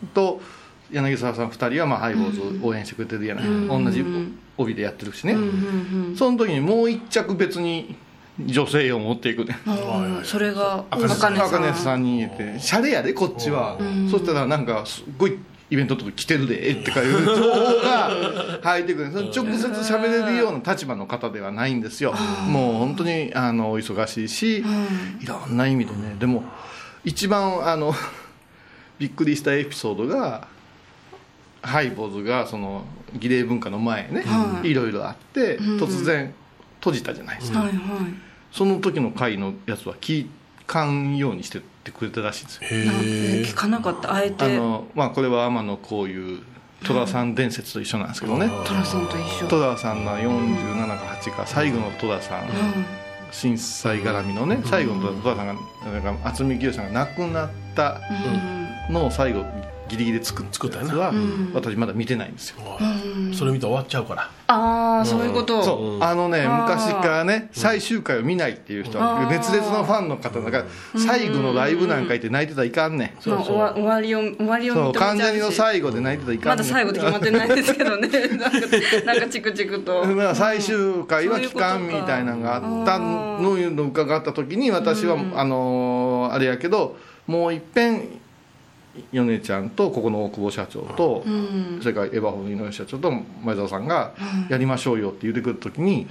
Speaker 4: と柳沢さんふたりはまあハイボーズ応援してくれてるやない、うん、同じ帯でやってるしね、うんうんうん、その時にもう一着別に女性を持っていくね、
Speaker 2: うん、それが
Speaker 4: 茜さんに言ってシャレやでこっちは、うん、そしたらなんかすっごいイベントとか来てるでとかいう情報が入ってくる。その直接喋れるような立場の方ではないんですよ。もう本当にあのお忙しいし、いろんな意味でね。でも一番あのびっくりしたエピソードがハイボーズがその儀礼文化の前ね、いろいろあって突然閉じたじゃないですか、うん、その時の回のやつは聞かんようにしてってくれたらしいんですよ。
Speaker 2: へ聞かなかったあえて
Speaker 4: あの、まあ、これは天野こういう寅さん伝説と一緒なんですけどね、
Speaker 2: 寅さんと一緒
Speaker 4: 寅さんのよんじゅうななかはちか最後の寅さん、うん、震災絡みのね最後の寅さんがなんか渥美清さんが亡くなったのを最後ギリギリ作ったやつは、うん、私まだ見てないんですよ、
Speaker 3: うん、それ見て終わっちゃうから。
Speaker 2: ああ、そういうこと。
Speaker 4: そうあのね昔からね最終回を見ないっていう人は熱烈なファンの方だから最後のライブなんか行って泣いてたらいかんねん。
Speaker 2: そうそう終わりを終わりを認めちゃうし
Speaker 4: 関ジャニの最後で泣いてたらいかんねん。
Speaker 2: まだ最後で決まってないですけどねなんかなんかチクチクと
Speaker 4: だから最終回は期間みたいなのがあったのを伺った時に私は、うん、あのー、あれやけどもういっぺん米ちゃんとここの大久保社長と、うん、それからエヴァホの井上社長と前澤さんがやりましょうよって言ってくる時に、うん、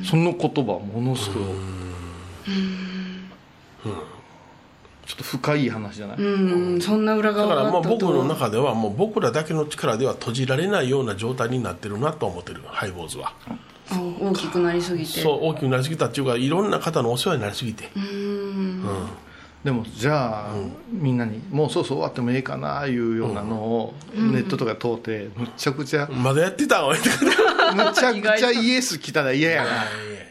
Speaker 4: その言葉はものすごい、うんうん、ちょっと深い話じゃない、
Speaker 2: うん、そんな裏側
Speaker 3: があったと。だからまあ僕の中ではもう僕らだけの力では閉じられないような状態になってるなと思ってるハイボーズは。
Speaker 2: 大きくなりすぎて
Speaker 3: そう大きくなりすぎたっていうかいろんな方のお世話になりすぎて、うん、うん
Speaker 4: でもじゃあ、うん、みんなにもうそうそう終わってもええかないうようなのをネットとか通ってむちゃくちゃ
Speaker 3: まだやってたわむ
Speaker 4: ちゃくちゃイエス来たら嫌やな嫌や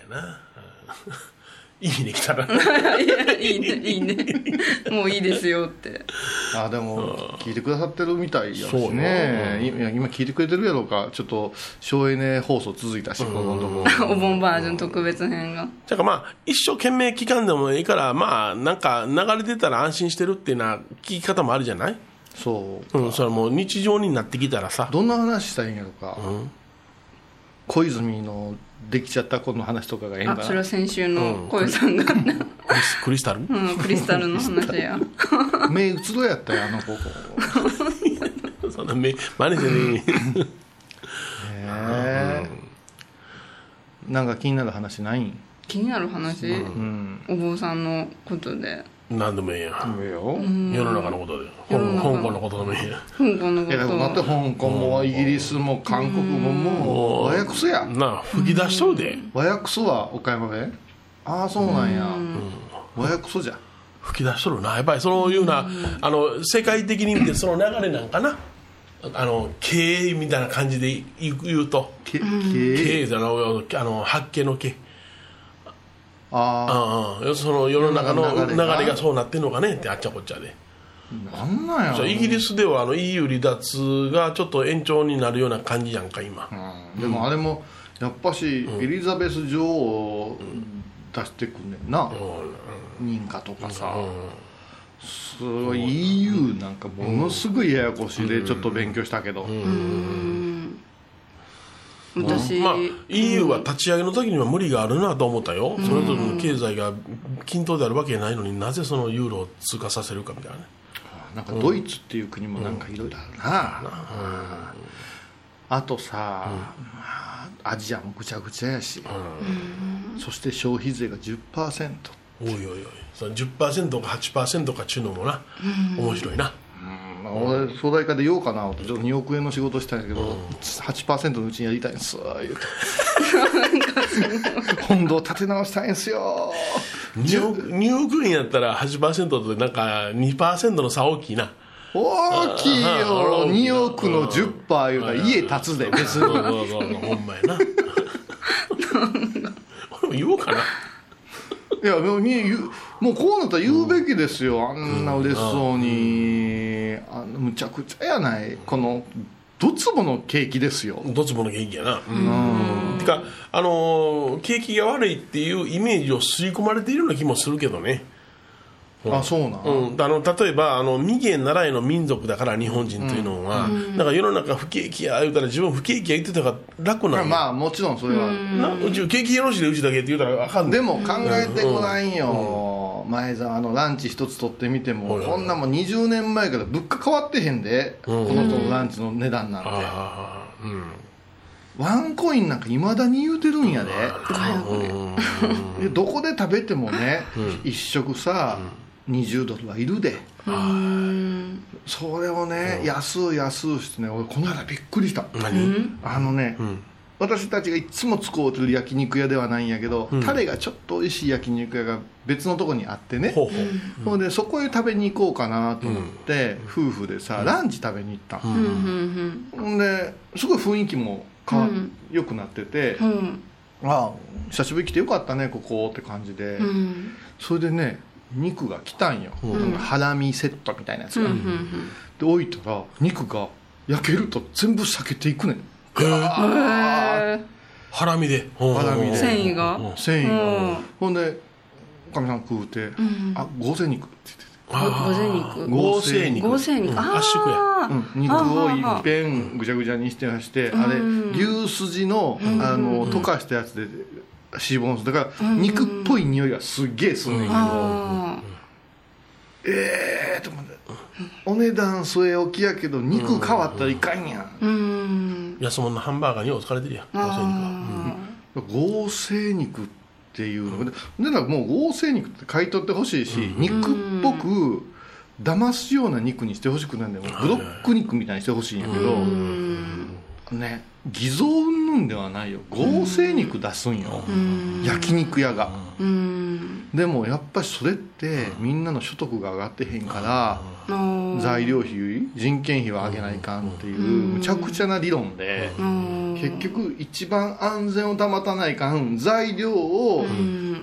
Speaker 3: ないいね来たら
Speaker 2: いやいいねいいねもういいですよって
Speaker 4: あでも聞いてくださってるみたいやしね、うん、今聞いてくれてるやろうか。ちょっと省エネ放送続いたし、うん、このとこ
Speaker 2: お盆バージョン特別編が
Speaker 3: だからまあ一生懸命聞かんでもいいからまあなんか流れてたら安心してるっていうような聞き方もあるじゃない。
Speaker 4: そう、
Speaker 3: うん、それはもう日常になってきたらさ
Speaker 4: どんな話したらいいんやろか、うん、小泉のできちゃった子の話とかがええんかな。
Speaker 2: あそれは先週の小泉さんが、うん、
Speaker 3: クリスタル、
Speaker 2: うん、クリスタルの話や
Speaker 4: 目うつろやったよあの子
Speaker 3: そんな目真似せね
Speaker 4: えー、なんか気になる話ないん。
Speaker 2: 気になる話、うん、お坊さんのことで
Speaker 3: 何でもいいやん。
Speaker 4: いいよ
Speaker 3: 世の中のことで香港のことでもいいや
Speaker 2: 香港のこと。
Speaker 4: いやだって香港もイギリスも韓国ももう和訳そや
Speaker 3: なあ吹き出しとるで。
Speaker 4: 和訳そは岡山弁。ああそうなんや、うん、和訳そじゃ
Speaker 3: 吹き出しとるな。やっぱりそういうなあの世界的に見てその流れなんかな。あの経営みたいな感じで言うと経営じゃのあの発見の経ああその世の中の流れがそうなってんのかねってあっちゃこっちゃで。
Speaker 4: なんなんやろ。
Speaker 3: イギリスではあの イーユー 離脱がちょっと延長になるような感じやんか今、
Speaker 4: うん、でもあれもやっぱしエリザベス女王を出してくんねんな、うんうん、 認可とかさ、すごい イーユー なんかものすごいややこしいでちょっと勉強したけど、うん
Speaker 2: うん私、
Speaker 3: まあ、イーユー は立ち上げの時には無理があるなと思ったよ、うん、それぞれの経済が均等であるわけないのになぜそのユーロを通過させるかみたいなね。
Speaker 4: なんかドイツっていう国もなんかいろいろあるな、うんうん、あとさ、うん、アジアもぐちゃぐちゃやし、うん、そして消費税が じゅっパーセント、
Speaker 3: おいおいおい、その じゅっパーセント か はちパーセント かっちゅうのもな、うん、面白いな。
Speaker 4: うん、まあ、俺相談課で言おうかなとちょっとにおくえんの仕事したんやけど、うん、はちパーセント のうちにやりたいんですわ言うて本堂立て直したいんですよ。
Speaker 3: におくえんやったら はちパーセント となんか にパーセント の差大きいな。
Speaker 4: 大きいよ。におくの じゅっパーセント いうのは家建つで別に。
Speaker 3: そうそうそう、ほんまやな。俺も言おうかな。
Speaker 4: いやもうもうこうなったら言うべきですよ、あんな嬉しそうに、あのむちゃくちゃやない、このドツボの景気ですよ。
Speaker 3: ドツボの景気やな。うん。てかあのー、景気が悪いっていうイメージを刷り込まれているような気もするけどね。
Speaker 4: うん、あ、そうな、
Speaker 3: うん、あの例えばあの未芸習いの民族だから日本人というのは、うん、なんか世の中不景気や言うたら自分不景気や言ってたから楽なの。
Speaker 4: まあもちろんそれは、うん、
Speaker 3: なうち景気よろしいでうちだけって言うたらあかん。
Speaker 4: でも考えてごらんよ、うん、前澤のランチ一つ取ってみても、うん、こんなもんにじゅうねんまえから物価変わってへんで、うん、この人のランチの値段なんて、うん、ワンコインなんかいまだに言うてるんやで、うん、でどこで食べてもね、うん、一食さ、うん、にじゅうドルはいるで、うん、それをね、うん、安う安うしてね、俺この間びっくりした。何？あのね、うん、私たちがいつも使うてる焼肉屋ではないんやけど、うん、タレがちょっと美味しい焼肉屋が別のとこにあってね、ほんでそこへ食べに行こうかなと思って、うん、夫婦でさランチ食べに行った、うん、ほんですごい雰囲気も変わ、うん、良くなってて、うん、ああ久しぶりに来てよかったねここって感じで、うん、それでね肉が来たんよ、うん、ハラミセットみたいなやつが、うん、で置いたら肉が焼けると全部裂けていくねん。へ
Speaker 3: ー、ハラミで
Speaker 4: ハラミで
Speaker 2: 繊維が
Speaker 4: 繊維が、うん、ほんでおかみさん食うて、うん、あ合成肉って言ってて、
Speaker 2: 合成肉
Speaker 3: 合成肉
Speaker 2: 合成肉、うん、
Speaker 3: 圧縮や、
Speaker 4: うん、肉をいっぺんぐちゃぐちゃにしてまして、うん、あれ牛すじの、うん、あの溶かしたやつで脂肪だから肉っぽい匂いがすっげえすんねんけど、うん、えーと思って、お値段据え置きやけど肉変わったらいかんやん、うん、
Speaker 3: 安物のハンバーガーによう使われてるやん合成肉は、
Speaker 4: うん、合成肉っていうので、でなんかもう合成肉って買い取ってほしいし、うん、肉っぽく騙すような肉にしてほしくないんだよ、ブロック肉みたいにしてほしいんやけど、うん、ね、偽造云々ではないよ、合成肉出すんよ、うん、焼肉屋が、うん、でもやっぱりそれってみんなの所得が上がってへんから、うん、材料費人件費は上げないかんっていうむちゃくちゃな理論で、うん、結局一番安全を保たないかん材料を、うん、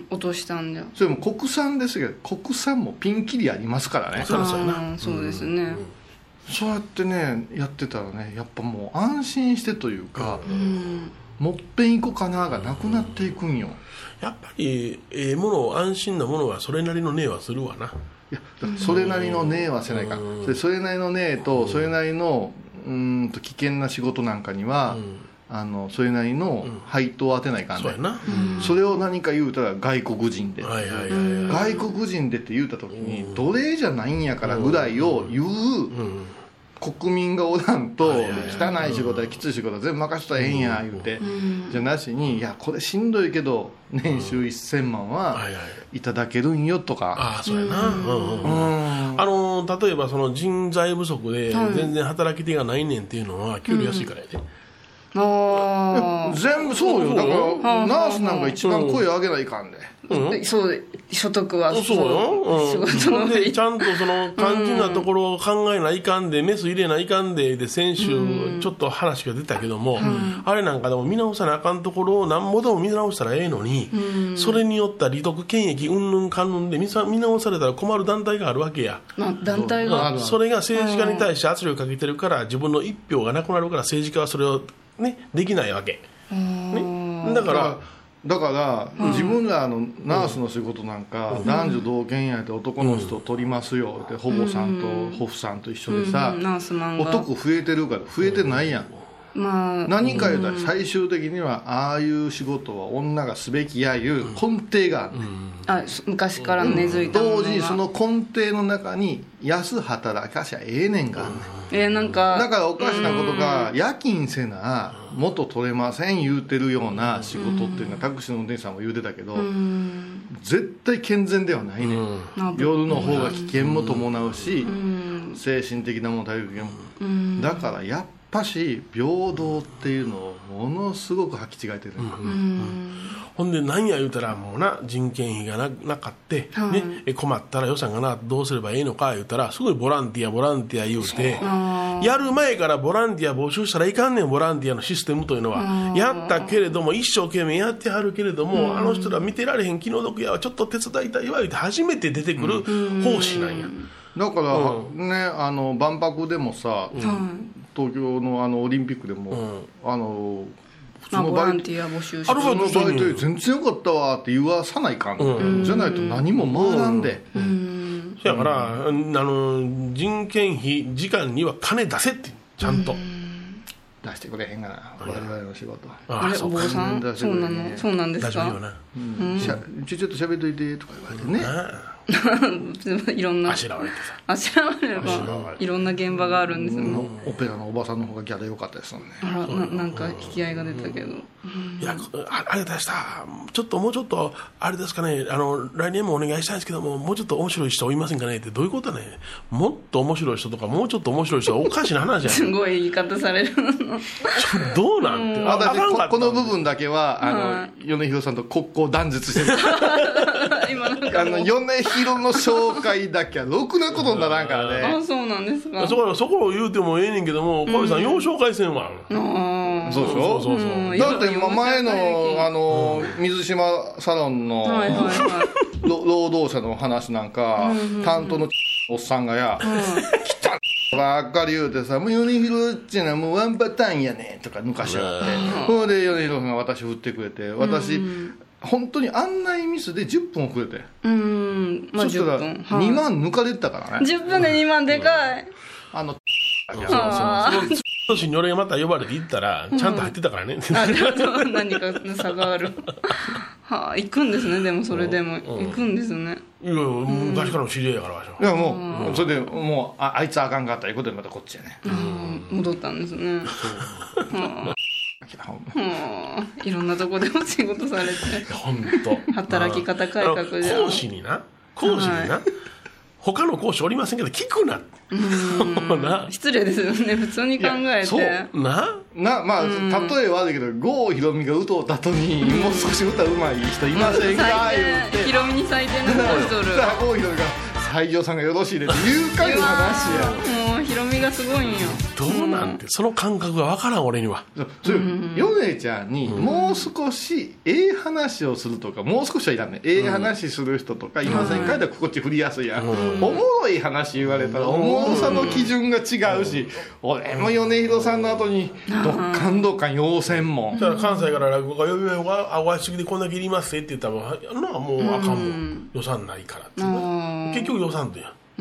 Speaker 2: 落としたんだよ。
Speaker 4: それも国産ですけど国産もピンキリありますからね。
Speaker 2: そうそうな、そうですね、うん、
Speaker 4: そうやってねやってたらねやっぱもう安心してというか、うん、もっぺん行こうかながなくなっていくんよ、
Speaker 3: やっぱりええもの安心なものはそれなりの値はするわな。
Speaker 4: いやそれなりの値はせないか、うん、それなりの値とそれなりのうーんと危険な仕事なんかには、うん、あのそれなりの配当を当てないかんね、うん、そうやな、うん、それを何か言うたら外国人で、はいはいはいはい、外国人でって言うた時に、うん、奴隷じゃないんやからぐらいを言う、うんうん国民がおらんと汚い仕事やきつい仕事は全部任せたらええんや言うて、じゃなしにいやこれしんどいけど年収せんまんはいただけるんよとか、
Speaker 3: ああそうやな、うんうんうん、あの例えばその人材不足で全然働き手がないねんっていうのは給料安いからやで、
Speaker 2: あ
Speaker 4: 全部そうよ。だからナースなんか一番声上げないかんで、
Speaker 2: うん、そう所得は
Speaker 3: そうよ、うん、仕事のでちゃんとその肝心なところを考えないかんで、メス入れないかんでで先週ちょっと話が出たけども、うん、あれなんかでも見直さなあかんところを何ぼでも見直したらええのに、うん、それによった利得権益うんぬんかんぬんで見直されたら困る団体があるわけや、
Speaker 2: まあ、団体が
Speaker 3: それが政治家に対して圧力かけてるから自分の一票がなくなるから政治家はそれをね、できないわけ、ね、だから
Speaker 4: だから、うん、自分らのナースの仕事なんか、うん、男女同権やって男の人取りますよって、うん、保母さんとホフさんと一緒でさ、うん、ナースマンが男増えてるから増えてないやん、うん、まあ、何か言うたら最終的にはああいう仕事は女がすべきやいう根底があるね、うん、
Speaker 2: あ昔から根付いたものが、
Speaker 4: 同時にその根底の中に安働かしゃええねんがあんねん、
Speaker 2: えー、なんか
Speaker 4: だからおかしなことが夜勤せな元取れません言うてるような仕事っていうのはタクシーの運転手さんも言うてたけど、絶対健全ではないね、うん、夜の方が危険も伴うし、精神的なもの体力的なもの、だからやっぱし平等っていうのをものすごく履き違えてる、うんうんうん、
Speaker 3: ほんで何や言うたらもうな人件費が な, なかって、はい、ね、困ったら予算がなどうすればいいのか言うたらすごいボランティアボランティア言うて、やる前からボランティア募集したらいかんねん、ボランティアのシステムというのはやったけれども一生懸命やってはるけれども、あの人ら見てられへん気の毒やわ、ちょっと手伝いたいわ言うて初めて出てくる奉仕なんや、
Speaker 4: だから、うん、ね、あの万博でもさ、うん、東京 の, あのオリンピックでも、うん、あの普通の
Speaker 2: ボランティア募集して
Speaker 4: 普通のバイトで全然よかったわって言わさないかん、うん、じゃないと何も回らんで、うんうん、
Speaker 3: そやから、あの人件費時間には金出せってちゃんと、うん、
Speaker 4: 出してくれへんがな我々の仕事。
Speaker 2: あれお坊さんそうなのそうなんですか、
Speaker 4: うん、ちょちょっと喋っといてとか言われてね、
Speaker 2: いろんな
Speaker 3: あしらわれてさ
Speaker 2: あしらわれればいろんな現場があるんですよね、
Speaker 4: うん、オペラのおばさんの方がギャラ良かったですもんね。
Speaker 2: あら な, なんか引き合いが出たけど、うん、
Speaker 3: いや あ, あれでしたちょっともうちょっとあれですかね、あの来年もお願いしたいんですけどももうちょっと面白い人いませんかねって、どういうことだね、もっと面白い人とかもうちょっと面白い人はおかしな話じゃん
Speaker 2: すごい言い方される
Speaker 3: どうなんて、うん、
Speaker 4: あ私 こ, この部分だけはあの、はい、米広さんと国交断絶してる今なんかあの米広の紹介だけはろくなことにならんからね。
Speaker 2: あ、そうなんですか。
Speaker 3: そこそこを言うてもええねんけども、小林さん、よう紹介せんわ。
Speaker 4: あそうでしょ、そうそうそう、うん、だって前のあの水島サロンの、はいはいはい、労働者の話なんか、うんうん、担当のおっさんがや、うん、来たばっかり言うてさ、もう米広っちゅうのはもうワンパターンやねとか抜かしやって、それで米広さんが私振ってくれて、私、うん本当に案内ミスでじゅっぷん遅れて、
Speaker 2: うーん、まあ、
Speaker 4: そしたらにまん抜かれてたからね。
Speaker 2: じゅっぷんでにまんでかい、
Speaker 4: あの
Speaker 3: そう年に俺がまた呼ばれて行ったらちゃんと入ってたからね、うん、
Speaker 2: あ何か差があるはあ、行くんですね。でもそれでも行くんですね。
Speaker 3: いやいや昔からの知り合いやからわしは。
Speaker 4: いやもう、うん、それでもう あ, あいつあかんかったいうことでまたこっちやね、
Speaker 2: うん、戻ったんですね。そう、はあいろんなとこでも仕事されて
Speaker 3: 本当
Speaker 2: 働き方改革じゃ
Speaker 3: 講師にな講師にな、はい、他の講師おりませんけど聞くな
Speaker 2: うんな失礼ですよね普通に考えて。
Speaker 3: そうな
Speaker 4: なまあ例えはあるけど郷ひろみが歌うた後にもう少し歌うまい人いませんか言って
Speaker 2: ひろみに採点のことしとる
Speaker 4: 郷ひろみが西条さんがよろしいでって言うかいう話や。
Speaker 2: もうひろみがすごいんよ。
Speaker 3: どうなんて、うん、その感覚が分からん俺には。
Speaker 4: それ米ちゃんにもう少しええ話をするとか、もう少しはいらんねええ話する人とかいませんかってこっち振りやすいやん、うん、おもろい話言われたらおもろさの基準が違うし、うん、俺も米広さんの後にどっかんどっかん要請も
Speaker 3: だから関西から落語家呼びがお会いしすぎでこんだけいりますって言ったらもうあかんもん、うん、予算ないからって結局予算とやうん、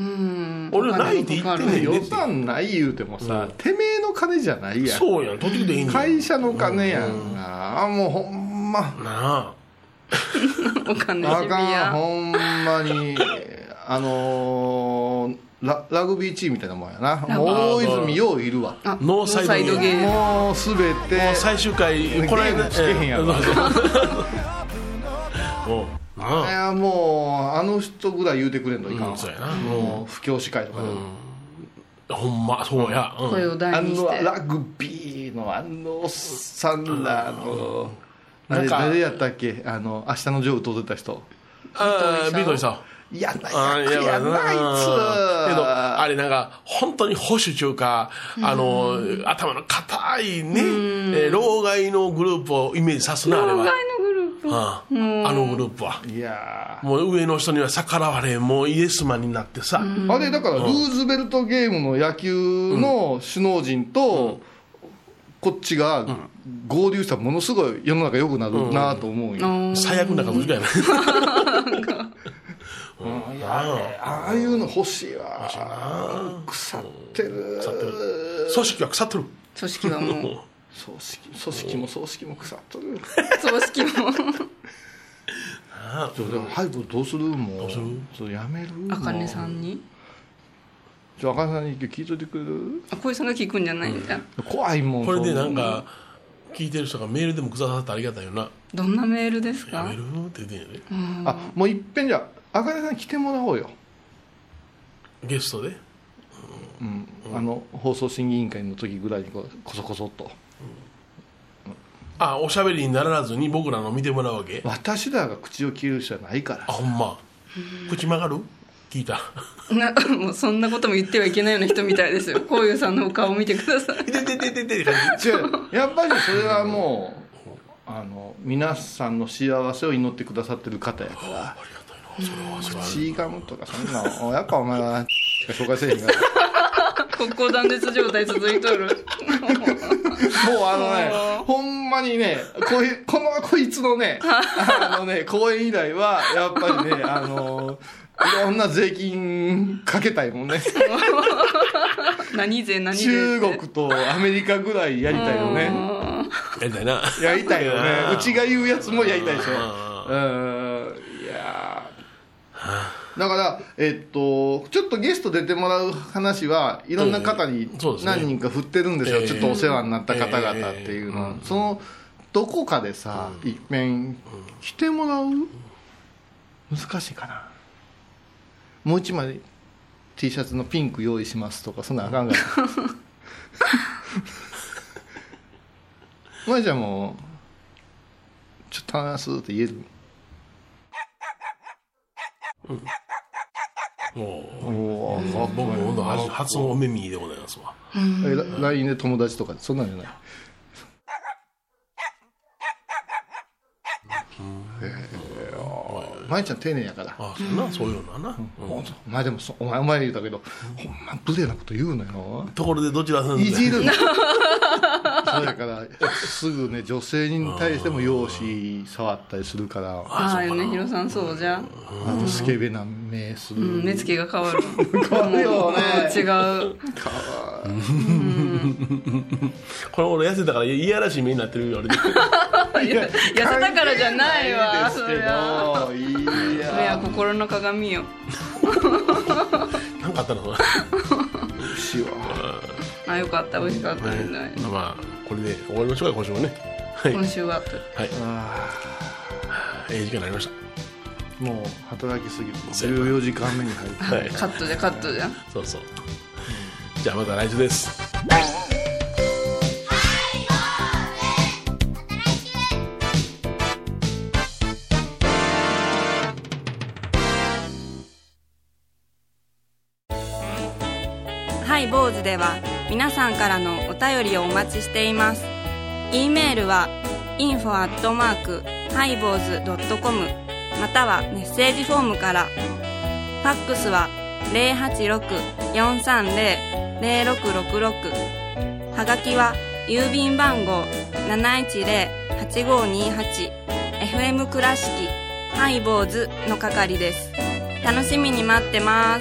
Speaker 3: 俺ないって言ってね。
Speaker 4: 予算ない言うてもさ、うん、てめえの金じゃないやん。
Speaker 3: そうやん、途中でいいんだ
Speaker 4: 会社の金やんが、うん、あもうほんまな
Speaker 3: あ
Speaker 2: お金シビア
Speaker 4: あかんほんまにあのー、ラ, ラグビーチームみたいなもんやな。もう大泉よういるわ。
Speaker 3: ノーサイドゲーム
Speaker 4: もうすべて
Speaker 3: もう最終回この間
Speaker 4: してへんやろ
Speaker 3: もう
Speaker 4: いやもうあの人ぐらい言うてくれんのいかんわ、うん、
Speaker 3: そうやな、
Speaker 4: もう布教師会とかでも、
Speaker 3: うん、ほんまそうや、
Speaker 2: うん、声を大にして
Speaker 4: あのラグビーのあのおっさんらの、うん、あれ誰やったっけ、あの明日のジョー歌ってた人、
Speaker 3: あビートイさ
Speaker 4: んやなややなあいつ
Speaker 3: けどあれなんか本当に保守中か、あの頭の固いね、えー、老害のグループをイメージさすなあれは。
Speaker 2: 老害のグループ
Speaker 3: あ, あ, あのグループはいやもう上の人には逆らわれもうイエスマンになってさ、
Speaker 4: うん、あれだからルーズベルトゲームの野球の首脳陣と、うん、 こっちが合流したらものすごい世の中良くなるなと思うよ、
Speaker 3: うん、最悪な感じだよね
Speaker 4: うん、いやああいうの欲しいわ。腐ってる。
Speaker 3: 腐ってる。組織は腐ってる。
Speaker 2: 組織はもう組
Speaker 4: 織組織も組織も腐ってる。
Speaker 2: 組織も
Speaker 4: ああ、ハイボーどうする？もうどうする？そうやめる？
Speaker 2: あかねさんに。
Speaker 4: じゃああかねさんに聞いといてくれる？
Speaker 2: あ、小井さんが聞くんじゃないんだ、
Speaker 4: うん、怖いもん。
Speaker 3: これでなんか聞いてる人がメールでもくださってありがたいよな。
Speaker 2: どんなメールですか？
Speaker 3: やめるって言ってんやね。
Speaker 4: あ、もういっぺんじゃあかねさん来てもらおうよ。
Speaker 3: ゲストで。
Speaker 4: うん、うん、あの放送審議委員会の時ぐらいにこそこそっと、うん、
Speaker 3: あ、おしゃべりにならずに僕らの見てもらうわけ。
Speaker 4: 私らが口を切る人じゃないから。
Speaker 3: あ、ほんま。口曲がる？聞いた。
Speaker 2: なもうそんなことも言ってはいけないような人みたいですよ。こういうさんのお顔を見てください。
Speaker 3: ででででで
Speaker 4: 違う、やっぱりそれはもうあの皆さんの幸せを祈ってくださってる方やから。ありがたいな。それはそれは。口ガムとかそんなやっぱお前はしか紹介せえへんから。
Speaker 2: 国交断絶状態続いとる。
Speaker 4: もうあのね、ほんまにね、こいこのこいつのね、あのね公演以来はやっぱりね、あのいろんな税金かけたいもんね。
Speaker 2: 何税何税
Speaker 4: 中国とアメリカぐらいやりたいよね。
Speaker 3: やりたいな。
Speaker 4: やりたいよね。うちが言うやつもやりたいでしょ。うん、いやだから、えっと、ちょっとゲスト出てもらう話はいろんな方に何人か振ってるんですよ、えー、ちょっとお世話になった方々っていうのは、えーえー、そのどこかでさ、うん、いっぺん来てもらう？難しいかな。もう一枚 T シャツのピンク用意しますとかそんなあかんがな。まあじゃあもうちょっと話すって言える？
Speaker 3: うん、おお、僕も今度発音お目見でございますわ。
Speaker 4: え、ライン で友達とかそんなんじゃない？舞ちゃん丁寧やから。
Speaker 3: あ、そんなそういうのな。うん、
Speaker 4: お前でもお前お前言うたけど、ほんま無礼なこと言うのよ。
Speaker 3: ところでどちらさんで
Speaker 4: いじるの。そうやからすぐね女性に対しても容姿触ったりするから。
Speaker 2: ああ、米広さんそうじゃん。
Speaker 4: あとスケベな目する。
Speaker 2: うん、目つきが変わる。
Speaker 4: 変わるよね。
Speaker 2: 違う。変わる。
Speaker 3: これ俺痩せたからいやらしい目になってるよ俺。
Speaker 2: 痩せたからじゃないわ。
Speaker 4: それは。
Speaker 2: いや。それは心の鏡よ。
Speaker 3: なんかあったの？
Speaker 4: 美味しいわ。
Speaker 2: あ、よかった、美味しかったですね。
Speaker 3: まあこれで終わりましょうか今週もね。
Speaker 2: 今週は。はい。
Speaker 3: ええ時間になりました。
Speaker 4: もう働きすぎる。じゅうよじかんめに入って。
Speaker 2: はい。カットじゃカットじゃ。
Speaker 3: そうそう。じゃあまた来週です。
Speaker 2: ハイボーズでは皆さんからのお便りをお待ちしています。 E メールは インフォ アットマーク ハイボーズ ドットコム またはメッセージフォームから。ファックスは ゼロはちろく よんさんゼロ ゼロろくろくろく はがきは郵便番号 なないちゼロ はちごにはち エフエム 倉敷ハイボーズの係です。楽しみに待ってます。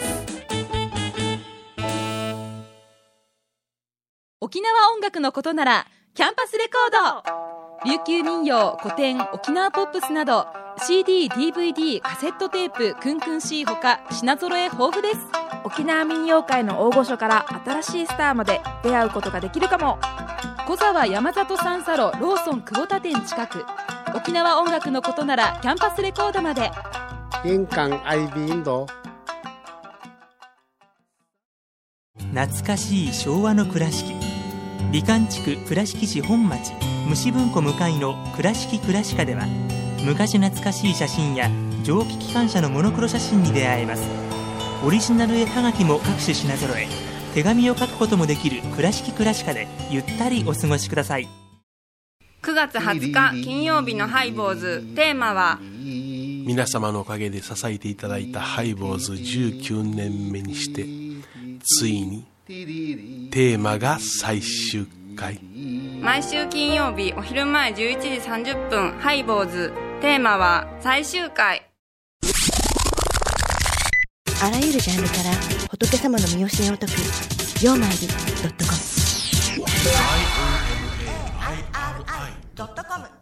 Speaker 7: 沖縄音楽のことならキャンパスレコード、琉球民謡、古典、沖縄ポップスなど シーディー、ディーブイディー、カセットテープ、クンクン C ほか品揃え豊富です。
Speaker 8: 沖縄民謡界の大御所から新しいスターまで出会うことができるかも。
Speaker 7: 小沢山里三佐路ローソン久保田店近く。沖縄音楽のことならキャンパスレコードまで。
Speaker 9: 印鑑アイビーインド。
Speaker 10: 懐かしい昭和の倉敷、美観地区倉敷市本町虫文庫向かいの倉敷倉歯科では、昔懐かしい写真や蒸気機関車のモノクロ写真に出会えます。オリジナル絵はがきも各種品揃え、手紙を書くこともできる倉敷倉歯科でゆったりお過ごしください。
Speaker 2: くがつはつか金曜日のハイボーズ、テーマは
Speaker 3: 皆様のおかげで支えていただいたハイボーズじゅうきゅうねんめにしてついにテーマが最終回。
Speaker 2: 毎週金曜日お昼前じゅういちじさんじゅっぷんハイボーズ。テーマは最終回。
Speaker 11: あらゆるジャンルから仏様の身教えを説く曜マイルドットコム。 ドットコム